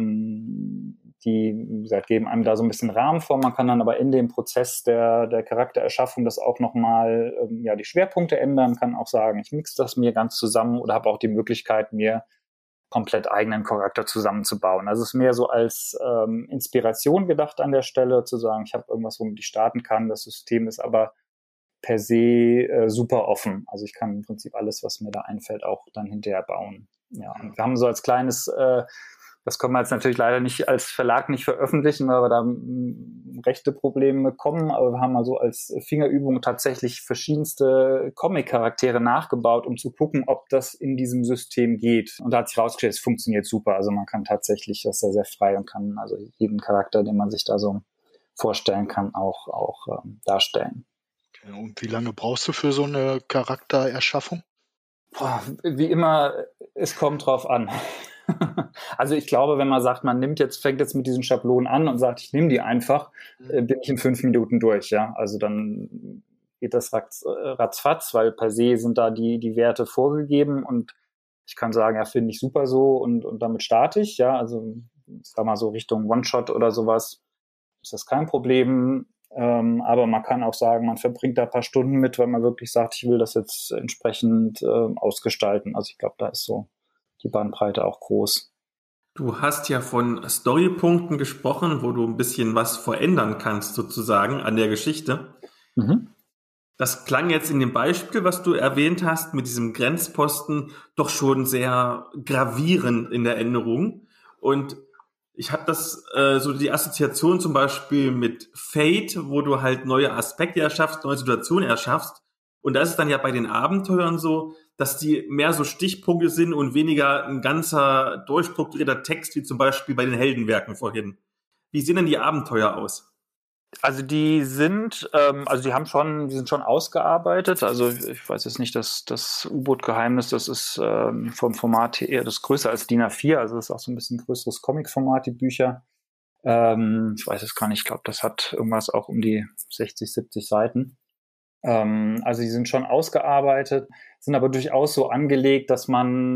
ähm, die, wie gesagt, geben einem da so ein bisschen Rahmen vor. Man kann dann aber in dem Prozess der, der Charaktererschaffung das auch nochmal, ähm, ja, die Schwerpunkte ändern, kann auch sagen, ich mixe das mir ganz zusammen oder habe auch die Möglichkeit, mir komplett eigenen Charakter zusammenzubauen. Also es ist mehr so als ähm, Inspiration gedacht an der Stelle, zu sagen, ich habe irgendwas, womit ich starten kann. Das System ist aber per se äh, super offen. Also ich kann im Prinzip alles, was mir da einfällt, auch dann hinterher bauen. Ja, und wir haben so als kleines, äh, Das können wir jetzt natürlich leider nicht als Verlag nicht veröffentlichen, weil wir da m, rechte Probleme bekommen. Aber wir haben also als Fingerübung tatsächlich verschiedenste Comic-Charaktere nachgebaut, um zu gucken, ob das in diesem System geht. Und da hat sich rausgestellt, es funktioniert super. Also man kann tatsächlich, das ist ja sehr frei und kann also jeden Charakter, den man sich da so vorstellen kann, auch, auch ähm, darstellen. Okay, und wie lange brauchst du für so eine Charaktererschaffung? Boah, wie immer, es kommt drauf an. Also ich glaube, wenn man sagt, man nimmt jetzt, fängt jetzt mit diesen Schablonen an und sagt, ich nehme die einfach, äh, bin ich in fünf Minuten durch, ja. Also dann geht das ratz, ratzfatz, weil per se sind da die, die Werte vorgegeben und ich kann sagen, ja, finde ich super so und, und damit starte ich, ja. Also sag mal so Richtung One-Shot oder sowas, ist das kein Problem. Ähm, aber man kann auch sagen, man verbringt da ein paar Stunden mit, weil man wirklich sagt, ich will das jetzt entsprechend äh, ausgestalten. Also ich glaube, da ist so die Bandbreite auch groß. Du hast ja von Storypunkten gesprochen, wo du ein bisschen was verändern kannst sozusagen an der Geschichte. Mhm. Das klang jetzt in dem Beispiel, was du erwähnt hast, mit diesem Grenzposten doch schon sehr gravierend in der Änderung. Und ich habe das, äh, so die Assoziation zum Beispiel mit Fate, wo du halt neue Aspekte erschaffst, neue Situationen erschaffst. Und da ist es dann ja bei den Abenteuern so, dass die mehr so Stichpunkte sind und weniger ein ganzer durchstrukturierter Text, wie zum Beispiel bei den Heldenwerken vorhin. Wie sehen denn die Abenteuer aus? Also die sind, ähm, also die haben schon, die sind schon ausgearbeitet. Also ich weiß jetzt nicht, dass das U-Boot-Geheimnis, das ist ähm, vom Format eher das ist größer als D I N A vier, also das ist auch so ein bisschen größeres Comic-Format, die Bücher. Ähm, ich weiß es gar nicht, ich glaube, das hat irgendwas auch um die sechzig, siebzig Seiten. Ähm, also die sind schon ausgearbeitet, sind aber durchaus so angelegt, dass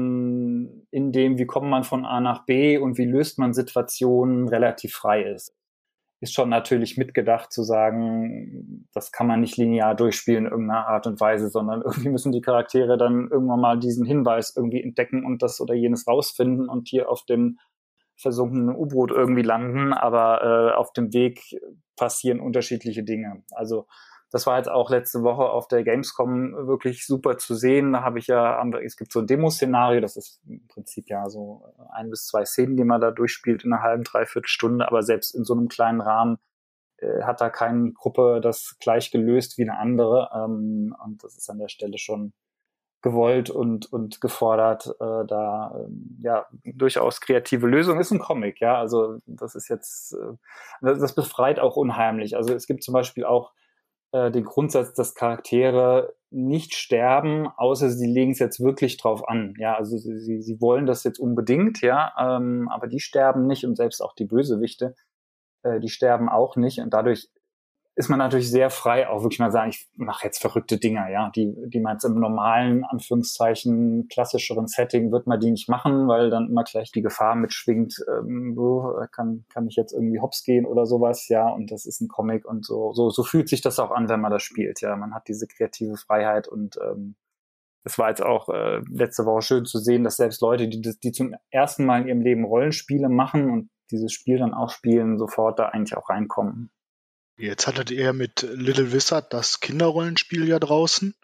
man in dem, wie kommt man von A nach B und wie löst man Situationen, relativ frei ist. Ist schon natürlich mitgedacht zu sagen, das kann man nicht linear durchspielen in irgendeiner Art und Weise, sondern irgendwie müssen die Charaktere dann irgendwann mal diesen Hinweis irgendwie entdecken und das oder jenes rausfinden und hier auf dem versunkenen U-Boot irgendwie landen, aber äh, auf dem Weg passieren unterschiedliche Dinge. Also das war jetzt auch letzte Woche auf der Gamescom wirklich super zu sehen. Da habe ich ja, es gibt so ein Demo-Szenario, das ist im Prinzip ja so ein bis zwei Szenen, die man da durchspielt in einer halben, dreiviertel Stunde, aber selbst in so einem kleinen Rahmen äh, hat da keine Gruppe das gleich gelöst wie eine andere. Ähm, und das ist an der Stelle schon gewollt und, und gefordert, äh, da ähm, ja durchaus kreative Lösung ist ein Comic, ja. Also das ist jetzt, äh, das, das befreit auch unheimlich. Also es gibt zum Beispiel auch den Grundsatz, dass Charaktere nicht sterben, außer sie legen es jetzt wirklich drauf an. Ja, also sie, sie, sie wollen das jetzt unbedingt, ja, ähm, aber die sterben nicht und selbst auch die Bösewichte, äh, die sterben auch nicht und dadurch ist man natürlich sehr frei, auch wirklich mal sagen, ich mache jetzt verrückte Dinger, ja, die, die man jetzt im normalen, Anführungszeichen, klassischeren Setting wird man die nicht machen, weil dann immer gleich die Gefahr mitschwingt, ähm, so, kann, kann ich jetzt irgendwie hops gehen oder sowas, ja, und das ist ein Comic und so, so, so fühlt sich das auch an, wenn man das spielt, ja, man hat diese kreative Freiheit und, ähm, es war jetzt auch äh, letzte Woche schön zu sehen, dass selbst Leute, die, die zum ersten Mal in ihrem Leben Rollenspiele machen und dieses Spiel dann auch spielen, sofort da eigentlich auch reinkommen. Jetzt hattet ihr mit Little Wizard das Kinderrollenspiel ja draußen.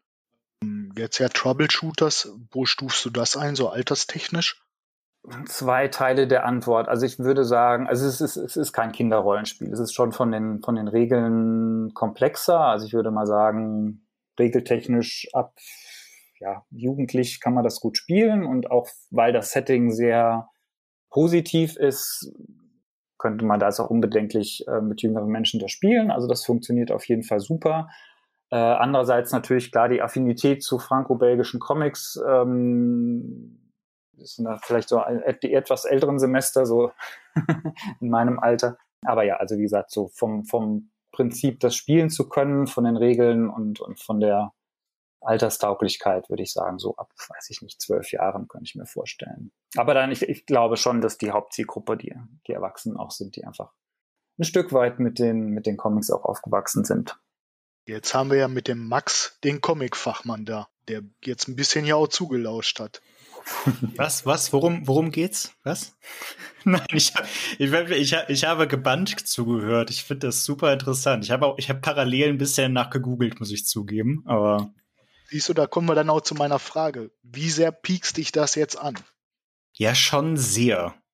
Jetzt ja Troubleshooters. Wo stufst du das ein, so alterstechnisch? Zwei Teile der Antwort. Also ich würde sagen, also es ist, es ist kein Kinderrollenspiel. Es ist schon von den, von den Regeln komplexer. Also ich würde mal sagen, regeltechnisch ab, ja, jugendlich kann man das gut spielen und auch weil das Setting sehr positiv ist, könnte man da es auch unbedenklich äh, mit jüngeren Menschen da spielen. Also das funktioniert auf jeden Fall super. Äh, andererseits natürlich klar die Affinität zu franco-belgischen Comics. Ähm, das sind da vielleicht so die etwas älteren Semester, so in meinem Alter. Aber ja, also wie gesagt, so vom, vom Prinzip, das spielen zu können, von den Regeln und, und von der Alterstauglichkeit, würde ich sagen, so ab, weiß ich nicht, zwölf Jahren könnte ich mir vorstellen. Aber dann, ich, ich glaube schon, dass die Hauptzielgruppe die, die Erwachsenen auch sind, die einfach ein Stück weit mit den, mit den Comics auch aufgewachsen sind. Jetzt haben wir ja mit dem Max den Comic-Fachmann da, der jetzt ein bisschen ja auch zugelauscht hat. Was, was, worum, worum geht's? Was? Nein, ich, ich, ich, ich habe gebannt zugehört. Ich finde das super interessant. Ich habe auch, ich habe parallel ein bisschen nachgegoogelt, muss ich zugeben, aber siehst du, da kommen wir dann auch zu meiner Frage. Wie sehr piekst dich das jetzt an? ja, schon sehr.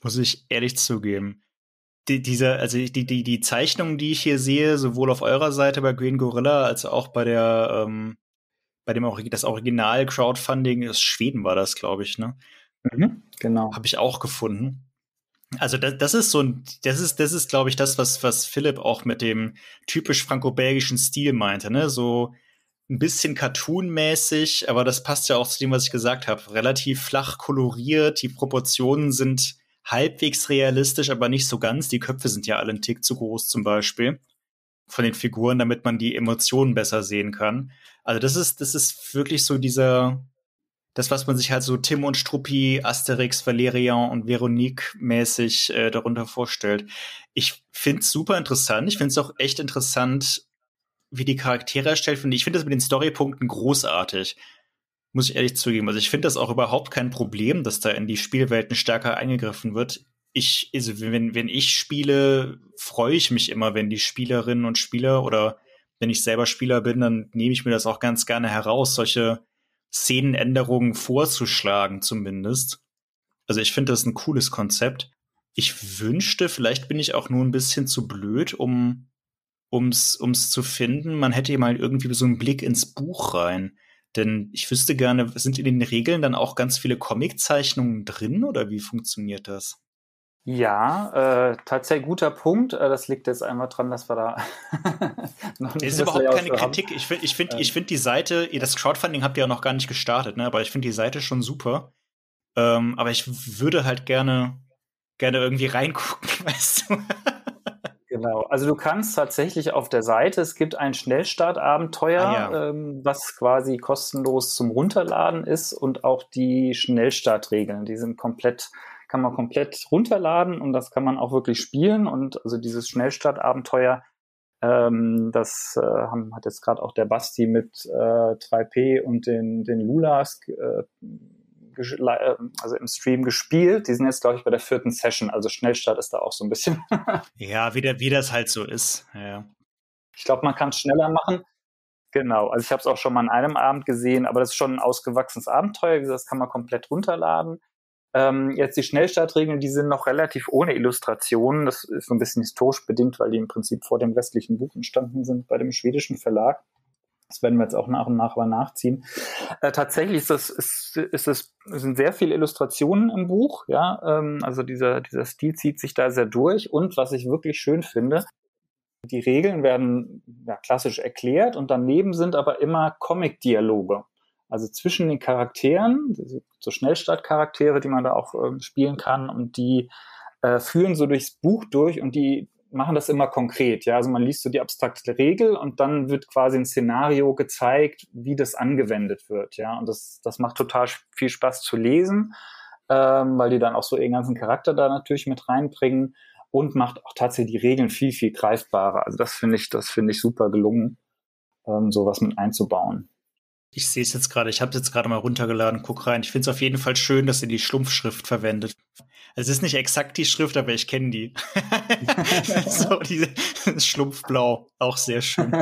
Muss ich ehrlich zugeben. Die, diese, also die, die, die Zeichnungen, die ich hier sehe, sowohl auf eurer Seite bei Green Gorilla als auch bei der, ähm, bei dem Orig- das Original-Crowdfunding aus Schweden war das, glaube ich, ne? Mhm, genau. Habe ich auch gefunden. Also das, das ist so ein, das ist, das ist, glaube ich, das, was, was Philipp auch mit dem typisch franco-belgischen Stil meinte, ne? So ein bisschen cartoonmäßig, aber das passt ja auch zu dem, was ich gesagt habe. Relativ flach koloriert, die Proportionen sind halbwegs realistisch, aber nicht so ganz. Die Köpfe sind ja alle einen Tick zu groß zum Beispiel von den Figuren, damit man die Emotionen besser sehen kann. Also das ist, das ist wirklich so dieser, das, was man sich halt so Tim und Struppi, Asterix, Valerian und Veronique mäßig äh, darunter vorstellt. Ich find's super interessant. Ich find's auch echt interessant, wie die Charaktere erstellt werden. Ich finde das mit den Storypunkten großartig. Muss ich ehrlich zugeben. Also ich finde das auch überhaupt kein Problem, dass da in die Spielwelten stärker eingegriffen wird. Ich, also wenn, wenn ich spiele, freue ich mich immer, wenn die Spielerinnen und Spieler oder wenn ich selber Spieler bin, dann nehme ich mir das auch ganz gerne heraus, solche Szenenänderungen vorzuschlagen zumindest. Also ich finde das ein cooles Konzept. Ich wünschte, vielleicht bin ich auch nur ein bisschen zu blöd, um ums ums zu finden. Man hätte mal irgendwie so einen Blick ins Buch rein. Denn ich wüsste gerne, sind in den Regeln dann auch ganz viele Comiczeichnungen drin oder wie funktioniert das? Ja, äh, tatsächlich guter Punkt. Äh, das liegt jetzt einmal dran, dass wir da noch nicht Es ist das überhaupt Layout keine für haben. Kritik. Ich finde, ich finde, Ähm. ich finde die Seite, das Crowdfunding habt ihr ja noch gar nicht gestartet, ne? Aber ich finde die Seite schon super. Ähm, aber ich würde halt gerne, gerne irgendwie reingucken, weißt du? Genau, also du kannst tatsächlich auf der Seite, es gibt ein Schnellstartabenteuer, Ah, ja. ähm, was quasi kostenlos zum Runterladen ist und auch die Schnellstartregeln, die sind komplett, kann man komplett runterladen und das kann man auch wirklich spielen und also dieses Schnellstartabenteuer, ähm, das äh, haben, hat jetzt gerade auch der Basti mit äh, drei P und den, den Lulas äh, also im Stream gespielt. Die sind jetzt, glaube ich, bei der vierten Session. Also Schnellstart ist da auch so ein bisschen. Ja, wie, der, wie das halt so ist. Ja. Ich glaube, man kann es schneller machen. Genau. Also ich habe es auch schon mal an einem Abend gesehen, aber das ist schon ein ausgewachsenes Abenteuer. Das kann man komplett runterladen. Ähm, jetzt die Schnellstartregeln, die sind noch relativ ohne Illustrationen. Das ist so ein bisschen historisch bedingt, weil die im Prinzip vor dem restlichen Buch entstanden sind bei dem schwedischen Verlag. Das werden wir jetzt auch nach und nach aber nachziehen. Äh, tatsächlich ist das, ist, ist das, sind sehr viele Illustrationen im Buch, ja, ähm, also dieser, dieser Stil zieht sich da sehr durch und was ich wirklich schön finde, die Regeln werden ja, klassisch erklärt und daneben sind aber immer Comic-Dialoge. Also zwischen den Charakteren, so Schnellstartcharaktere, die man da auch äh, spielen kann und die äh, führen so durchs Buch durch und die machen das immer konkret, ja, also man liest so die abstrakte Regel und dann wird quasi ein Szenario gezeigt, wie das angewendet wird, ja, und das, das macht total viel Spaß zu lesen, ähm, weil die dann auch so ihren ganzen Charakter da natürlich mit reinbringen und macht auch tatsächlich die Regeln viel, viel greifbarer, also das finde ich, das finde ich super gelungen, ähm, sowas mit einzubauen. Ich sehe es jetzt gerade, ich habe es jetzt gerade mal runtergeladen, guck rein. Ich finde es auf jeden Fall schön, dass ihr die Schlumpfschrift verwendet. Also es ist nicht exakt die Schrift, aber ich kenne die. So, diese Schlumpfblau, auch sehr schön.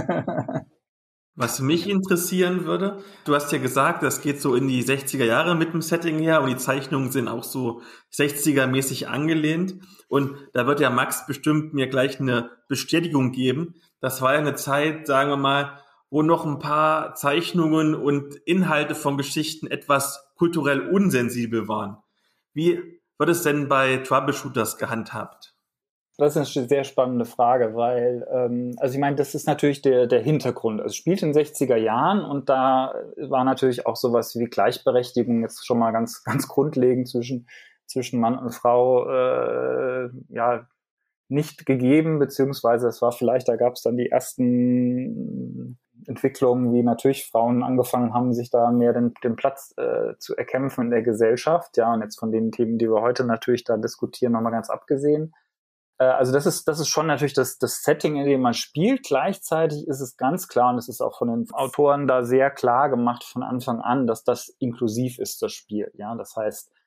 Was mich interessieren würde, du hast ja gesagt, das geht so in die sechziger Jahre mit dem Setting her und die Zeichnungen sind auch so sechziger-mäßig angelehnt. Und da wird ja Max bestimmt mir gleich eine Bestätigung geben. Das war ja eine Zeit, sagen wir mal, wo noch ein paar Zeichnungen und Inhalte von Geschichten etwas kulturell unsensibel waren. Wie wird es denn bei Troubleshooters gehandhabt? Das ist eine sehr spannende Frage, weil, ähm, also ich meine, das ist natürlich der, der Hintergrund. Also es spielt in den sechziger Jahren und da war natürlich auch sowas wie Gleichberechtigung jetzt schon mal ganz, ganz grundlegend zwischen, zwischen Mann und Frau, äh, ja, nicht gegeben, beziehungsweise es war vielleicht, da gab es dann die ersten Entwicklungen, wie natürlich Frauen angefangen haben, sich da mehr den, den Platz äh, zu erkämpfen in der Gesellschaft. Ja, und jetzt von den Themen, die wir heute natürlich da diskutieren, nochmal ganz abgesehen. Äh, also das ist, das ist schon natürlich das, das Setting, in dem man spielt. Gleichzeitig ist es ganz klar, und es ist auch von den Autoren da sehr klar gemacht von Anfang an, dass das inklusiv ist, das Spiel. Ja, das heißt,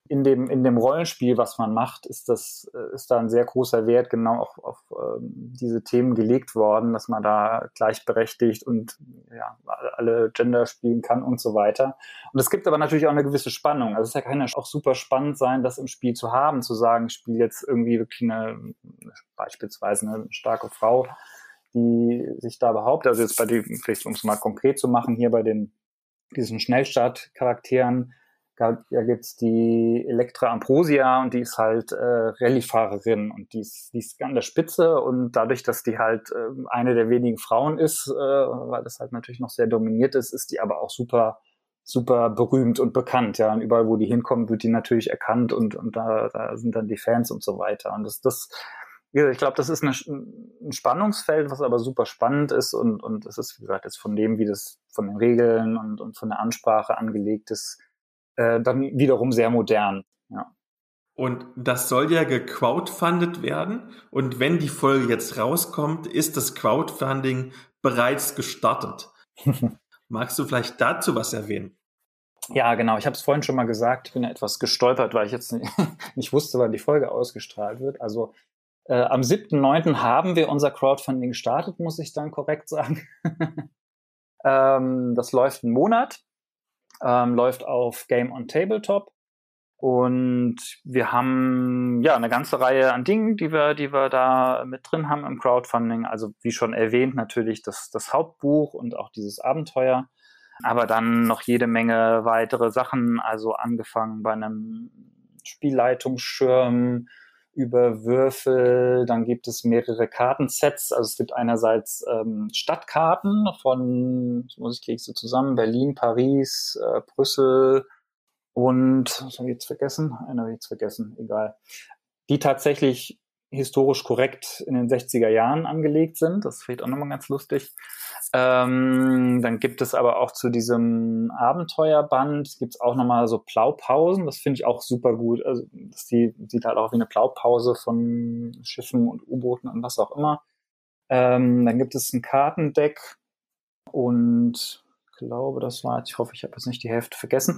in dem, in dem Rollenspiel, was man macht, ist das, ist da ein sehr großer Wert genau auf, auf ähm, diese Themen gelegt worden, dass man da gleichberechtigt und ja, alle Gender spielen kann und so weiter. Und es gibt aber natürlich auch eine gewisse Spannung. Also es kann ja auch super spannend sein, das im Spiel zu haben, zu sagen, ich spiele jetzt irgendwie wirklich eine, beispielsweise eine starke Frau, die sich da behauptet, also jetzt bei dem, vielleicht um es mal konkret zu machen, hier bei den, diesen Schnellstart-Charakteren, da gibt's die Elektra Ambrosia und die ist halt äh, Rallye-Fahrerin und die ist, die ist an der Spitze und dadurch, dass die halt äh, eine der wenigen Frauen ist, äh, weil das halt natürlich noch sehr dominiert ist, ist die aber auch super super berühmt und bekannt, ja, und überall, wo die hinkommen, wird die natürlich erkannt und und da, da sind dann die Fans und so weiter und das das ich glaube, das ist eine, ein Spannungsfeld, was aber super spannend ist und und es ist, wie gesagt, jetzt von dem, wie das von den Regeln und und von der Ansprache angelegt ist, Äh, dann wiederum sehr modern. Ja. Und das soll ja gecrowdfundet werden. Und wenn die Folge jetzt rauskommt, ist das Crowdfunding bereits gestartet. Magst du vielleicht dazu was erwähnen? Ja, genau. Ich habe es vorhin schon mal gesagt. Ich bin ja etwas gestolpert, weil ich jetzt nicht, nicht wusste, wann die Folge ausgestrahlt wird. Also äh, am siebten neunten haben wir unser Crowdfunding gestartet, muss ich dann korrekt sagen. ähm, das läuft einen Monat. Ähm, läuft auf Game on Tabletop und wir haben ja eine ganze Reihe an Dingen, die wir, die wir da mit drin haben im Crowdfunding. Also wie schon erwähnt natürlich das, das Hauptbuch und auch dieses Abenteuer, aber dann noch jede Menge weitere Sachen, also angefangen bei einem Spielleitungsschirm über Würfel, dann gibt es mehrere Kartensets, also es gibt einerseits ähm, Stadtkarten von, das muss ich kriege ich so zusammen, Berlin, Paris, äh, Brüssel und, was habe ich jetzt vergessen? Eine habe ich jetzt vergessen, egal. Die tatsächlich historisch korrekt in den sechziger Jahren angelegt sind, das ist vielleicht auch nochmal ganz lustig. Ähm, dann gibt es aber auch zu diesem Abenteuerband gibt es auch nochmal so Blaupausen. Das finde ich auch super gut. Also das die, sieht halt auch wie eine Blaupause von Schiffen und U-Booten und was auch immer. Ähm, dann gibt es ein Kartendeck und ich glaube, das war, ich hoffe, ich habe jetzt nicht die Hälfte vergessen.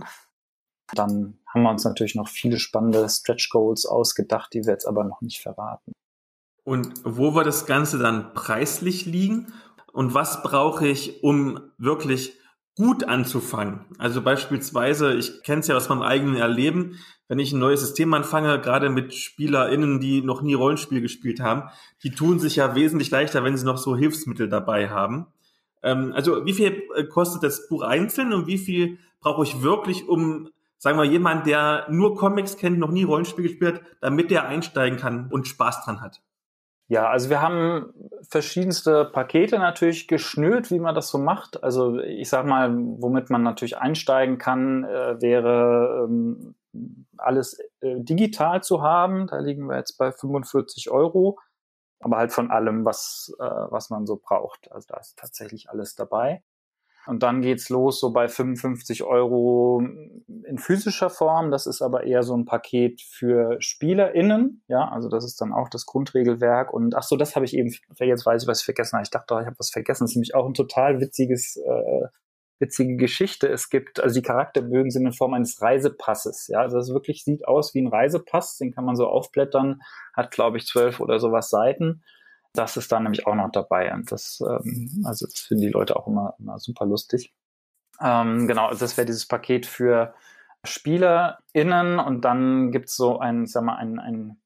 Dann haben wir uns natürlich noch viele spannende Stretch Goals ausgedacht, die wir jetzt aber noch nicht verraten. Und wo wird das Ganze dann preislich liegen? Und was brauche ich, um wirklich gut anzufangen? Also beispielsweise, ich kenne es ja aus meinem eigenen Erleben, wenn ich ein neues System anfange, gerade mit SpielerInnen, die noch nie Rollenspiel gespielt haben, die tun sich ja wesentlich leichter, wenn sie noch so Hilfsmittel dabei haben. Ähm, also wie viel kostet das Buch einzeln und wie viel brauche ich wirklich, um, sagen wir, jemand, der nur Comics kennt, noch nie Rollenspiel gespielt hat, damit der einsteigen kann und Spaß dran hat? Ja, also wir haben verschiedenste Pakete natürlich geschnürt, wie man das so macht. Also ich sag mal, womit man natürlich einsteigen kann, äh, wäre ähm, alles äh, digital zu haben. Da liegen wir jetzt bei fünfundvierzig Euro, aber halt von allem, was äh, was man so braucht. Also da ist tatsächlich alles dabei. Und dann geht's los so bei fünfundfünfzig Euro in physischer Form. Das ist aber eher so ein Paket für SpielerInnen. Ja, also das ist dann auch das Grundregelwerk. Und ach so, das habe ich eben, jetzt weiß ich, was ich vergessen habe. Ich dachte, ich habe was vergessen. Das ist nämlich auch ein total witziges, äh, witzige Geschichte. Es gibt, also die Charakterbögen sind in Form eines Reisepasses. Ja, also das wirklich sieht aus wie ein Reisepass. Den kann man so aufblättern. Hat, glaube ich, zwölf oder sowas Seiten. Das ist dann nämlich auch noch dabei und das, ähm, also das finden die Leute auch immer, immer super lustig. Ähm, genau, also das wäre dieses Paket für SpielerInnen und dann gibt's so ein, ich sag mal, ein, ein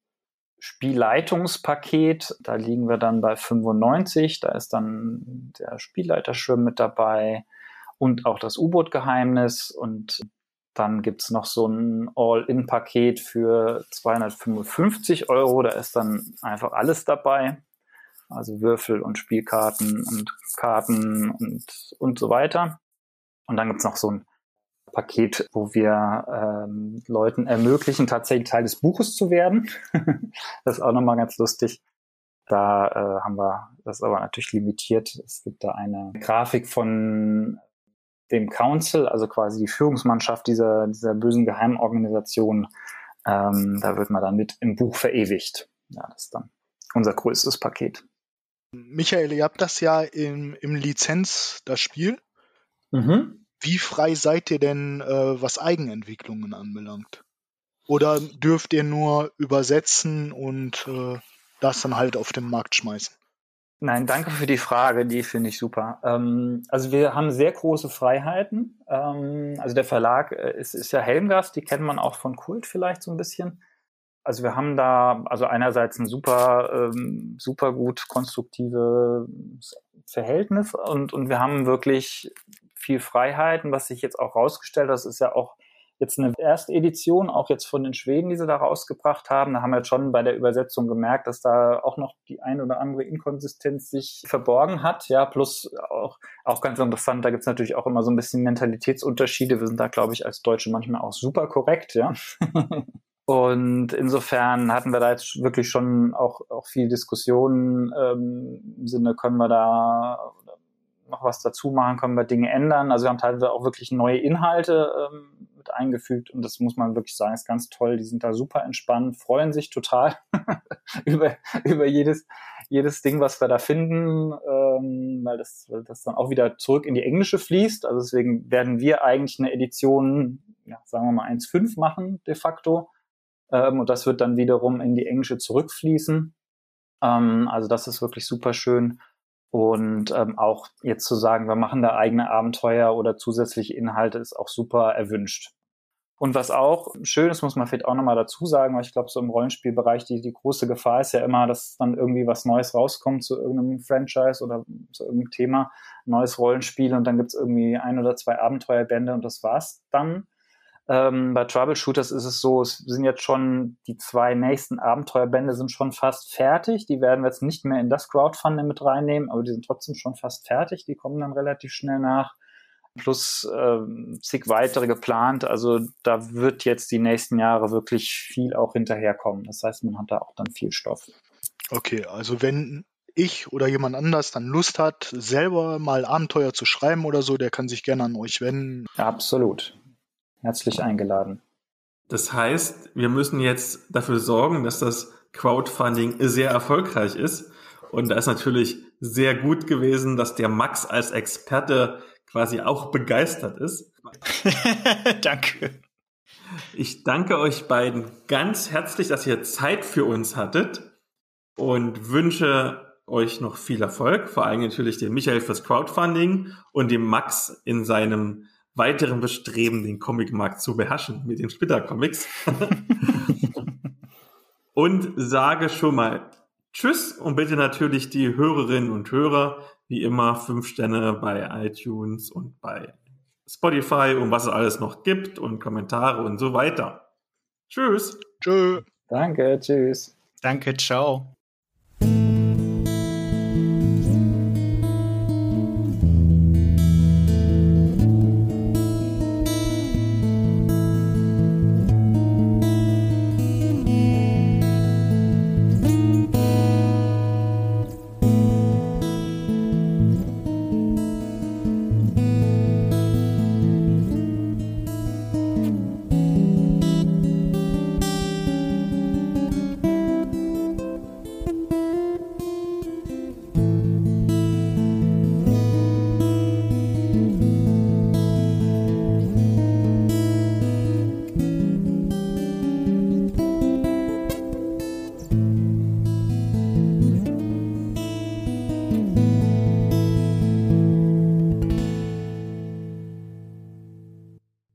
Spielleitungspaket. Da liegen wir dann bei fünfundneunzig. Da ist dann der Spielleiterschirm mit dabei und auch das U-Boot-Geheimnis und dann gibt's noch so ein All-In-Paket für zweihundertfünfundfünfzig Euro. Da ist dann einfach alles dabei. Also Würfel und Spielkarten und Karten und, und so weiter. Und dann gibt's noch so ein Paket, wo wir ähm, Leuten ermöglichen, tatsächlich Teil des Buches zu werden. Das ist auch nochmal ganz lustig. Da äh, haben wir, das ist aber natürlich limitiert. Es gibt da eine Grafik von dem Council, also quasi die Führungsmannschaft dieser, dieser bösen Geheimorganisation. Ähm, da wird man dann mit im Buch verewigt. Ja, das ist dann unser größtes Paket. Michael, ihr habt das ja im, im Lizenz, das Spiel. Mhm. Wie frei seid ihr denn, äh, was Eigenentwicklungen anbelangt? Oder dürft ihr nur übersetzen und äh, das dann halt auf den Markt schmeißen? Nein, danke für die Frage, die finde ich super. Ähm, also wir haben sehr große Freiheiten. Ähm, also der Verlag äh, ist, ist ja Helmgast, die kennt man auch von Kult vielleicht so ein bisschen. Also wir haben da also einerseits ein super, ähm, super gut konstruktives Verhältnis und, und wir haben wirklich viel Freiheiten, was sich jetzt auch rausgestellt hat. Das ist ja auch jetzt eine erste Edition, auch jetzt von den Schweden, die sie da rausgebracht haben. Da haben wir jetzt schon bei der Übersetzung gemerkt, dass da auch noch die ein oder andere Inkonsistenz sich verborgen hat. Ja, plus auch, auch ganz interessant, da gibt's natürlich auch immer so ein bisschen Mentalitätsunterschiede. Wir sind da, glaube ich, als Deutsche manchmal auch super korrekt, ja. Und insofern hatten wir da jetzt wirklich schon auch, auch viel Diskussionen ähm, im Sinne, können wir da noch was dazu machen, können wir Dinge ändern. Also wir haben teilweise auch wirklich neue Inhalte ähm, mit eingefügt und das muss man wirklich sagen, ist ganz toll. Die sind da super entspannt, freuen sich total über, über jedes, jedes Ding, was wir da finden, ähm, weil das, weil das dann auch wieder zurück in die Englische fließt. Also deswegen werden wir eigentlich eine Edition, ja, sagen wir mal eins Punkt fünf machen de facto. Ähm, und das wird dann wiederum in die Englische zurückfließen. Ähm, also das ist wirklich super schön. Und ähm, auch jetzt zu sagen, wir machen da eigene Abenteuer oder zusätzliche Inhalte, ist auch super erwünscht. Und was auch schön ist, muss man vielleicht auch nochmal dazu sagen, weil ich glaube, so im Rollenspielbereich, die, die große Gefahr ist ja immer, dass dann irgendwie was Neues rauskommt zu irgendeinem Franchise oder zu irgendeinem Thema, neues Rollenspiel und dann gibt's irgendwie ein oder zwei Abenteuerbände und das war's dann. Ähm, bei Troubleshooters ist es so, es sind jetzt schon die zwei nächsten Abenteuerbände sind schon fast fertig. Die werden wir jetzt nicht mehr in das Crowdfunding mit reinnehmen, aber die sind trotzdem schon fast fertig. Die kommen dann relativ schnell nach. Plus ähm, zig weitere geplant. Also da wird jetzt die nächsten Jahre wirklich viel auch hinterherkommen. Das heißt, man hat da auch dann viel Stoff. Okay, also wenn ich oder jemand anders dann Lust hat, selber mal Abenteuer zu schreiben oder so, der kann sich gerne an euch wenden. Absolut. Herzlich eingeladen. Das heißt, wir müssen jetzt dafür sorgen, dass das Crowdfunding sehr erfolgreich ist. Und da ist natürlich sehr gut gewesen, dass der Max als Experte quasi auch begeistert ist. Danke. Ich danke euch beiden ganz herzlich, dass ihr Zeit für uns hattet und wünsche euch noch viel Erfolg, vor allem natürlich dem Michael fürs Crowdfunding und dem Max in seinem weiteren Bestreben, den Comicmarkt zu beherrschen mit den Splitter-Comics. Und sage schon mal Tschüss und bitte natürlich die Hörerinnen und Hörer, wie immer, fünf Sterne bei iTunes und bei Spotify und was es alles noch gibt und Kommentare und so weiter. Tschüss. Tschö. Danke, tschüss. Danke, ciao.